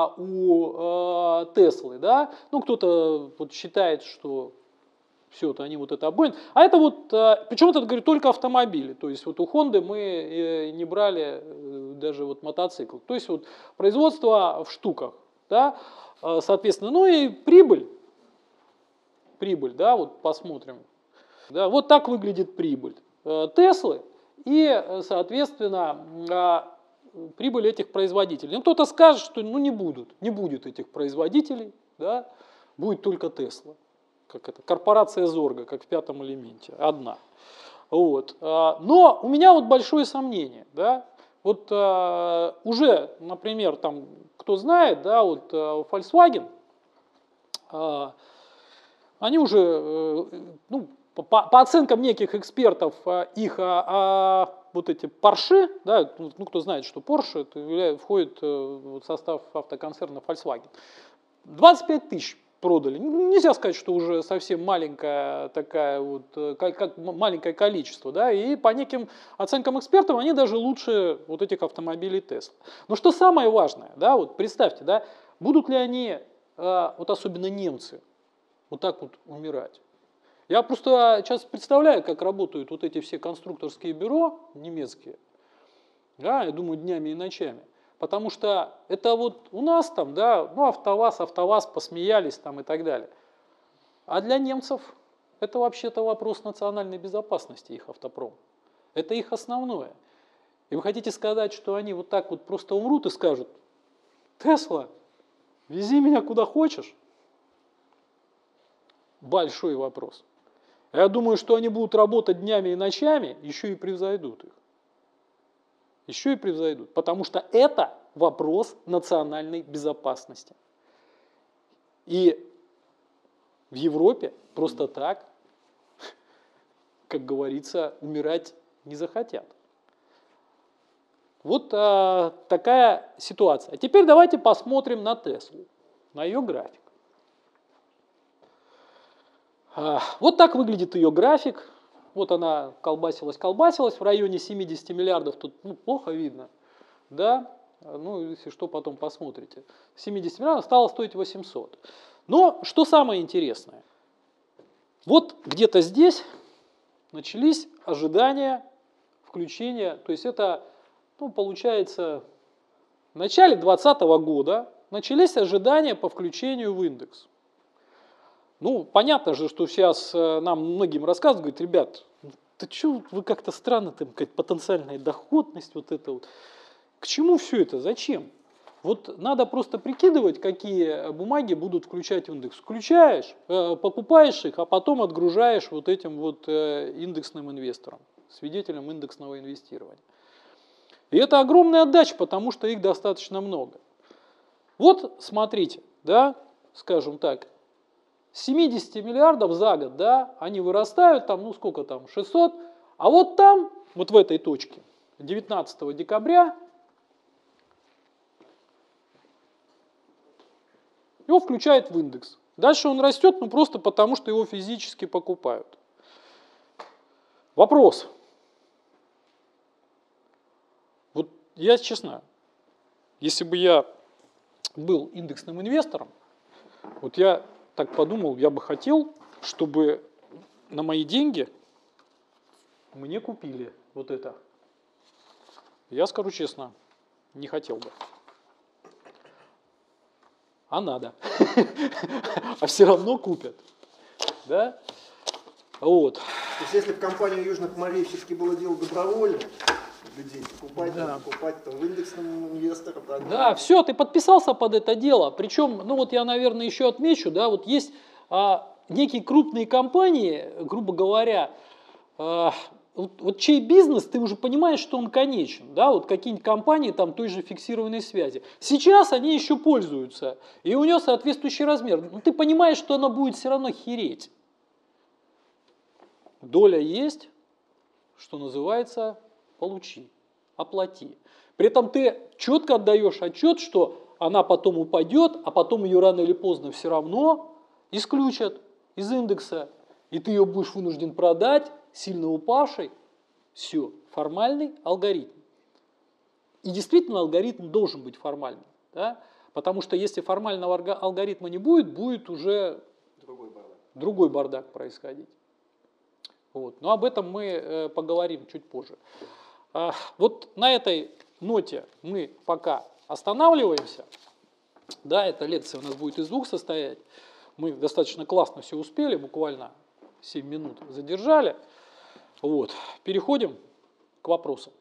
у Теслы, да, ну кто-то вот считает, что все, это они вот это обоим. А это вот, причем это, говорю, только автомобили. То есть вот у Honda мы не брали даже вот мотоцикл. То есть вот производство в штуках, да, соответственно, ну и прибыль. Прибыль, да, вот посмотрим. Да, вот так выглядит прибыль Теслы и, соответственно, прибыль этих производителей. Ну, кто-то скажет, что ну, не будут, не будет этих производителей, да, будет только Тесла. Как это, корпорация Зорга, как в пятом элементе, одна. Вот. Но у меня вот большое сомнение, да, вот а, уже, например, там, кто знает, да, вот а, Volkswagen, а, они уже, ну, по, по оценкам неких экспертов, а, их а, а, вот эти Porsche, да, ну, кто знает, что Porsche это входит в состав автоконцерна Volkswagen, двадцать пять тысяч продали. Нельзя сказать, что уже совсем маленькое, такая вот, как, как маленькое количество. Да? И по неким оценкам экспертов они даже лучше вот этих автомобилей Tesla. Но что самое важное, да, вот представьте, да, будут ли они, вот особенно немцы, вот так вот умирать. Я просто сейчас представляю, как работают вот эти все конструкторские бюро немецкие. Да, я думаю, днями и ночами. Потому что это вот у нас там, да, ну, АвтоВАЗ, АвтоВАЗ, посмеялись там и так далее. А для немцев это вообще-то вопрос национальной безопасности, их автопром. Это их основное. И вы хотите сказать, что они вот так вот просто умрут и скажут: Тесла, вези меня куда хочешь? Большой вопрос. Я думаю, что они будут работать днями и ночами, еще и превзойдут их. Еще и превзойдут, потому что это вопрос национальной безопасности. И в Европе просто так, как говорится, умирать не захотят. Вот а, такая ситуация. А теперь давайте посмотрим на Теслу, на ее график. А, вот так выглядит ее график. Вот она колбасилась, колбасилась в районе семидесяти миллиардов, тут ну, плохо видно, да, ну если что, потом посмотрите. семьдесят миллиардов стало стоить восемьсот. Но что самое интересное, вот где-то здесь начались ожидания включения, то есть это, ну, получается, в начале двадцатого года начались ожидания по включению в индекс. Ну, понятно же, что сейчас нам многим рассказывают, говорят: ребят, да что вы как-то странно, там, какая-то потенциальная доходность, вот это вот. К чему все это? Зачем? Вот надо просто прикидывать, какие бумаги будут включать в индекс. Включаешь, покупаешь их, а потом отгружаешь вот этим вот индексным инвесторам, свидетелям индексного инвестирования. И это огромная отдача, потому что их достаточно много. Вот смотрите, да, скажем так, с семидесяти миллиардов за год, да, они вырастают, там, ну сколько там, шестьсот, а вот там, вот в этой точке, девятнадцатого декабря, его включают в индекс. Дальше он растет, ну просто потому, что его физически покупают. Вопрос. Вот я честно, если бы я был индексным инвестором, вот я так подумал, я бы хотел, чтобы на мои деньги мне купили вот это. Я скажу честно, не хотел бы. А надо. А все равно купят. Да? Вот. То есть, если бы компания Южных морей все-таки было дело добровольно, людей покупать, да. покупать там, в индексном инвестором. Да, да, все, ты подписался под это дело. Причем, ну вот я, наверное, еще отмечу, да, вот есть а, некие крупные компании, грубо говоря, а, вот, вот чей бизнес, ты уже понимаешь, что он конечен, да, вот какие-нибудь компании там той же фиксированной связи. Сейчас они еще пользуются, и у нее соответствующий размер. Но ты понимаешь, что она будет все равно хереть. Доля есть, что называется, получи, оплати. При этом ты четко отдаешь отчет, что она потом упадет, а потом ее рано или поздно все равно исключат из индекса, и ты ее будешь вынужден продать, сильно упавшей. Все, формальный алгоритм. И действительно алгоритм должен быть формальным. Да? Потому что если формального алгоритма не будет, будет уже другой бардак, другой бардак происходить. Вот. Но об этом мы э, поговорим чуть позже. А, вот на этой ноте мы пока останавливаемся. Да, эта лекция у нас будет из двух состоять. Мы достаточно классно все успели, буквально семь минут задержали. Вот. Переходим к вопросам.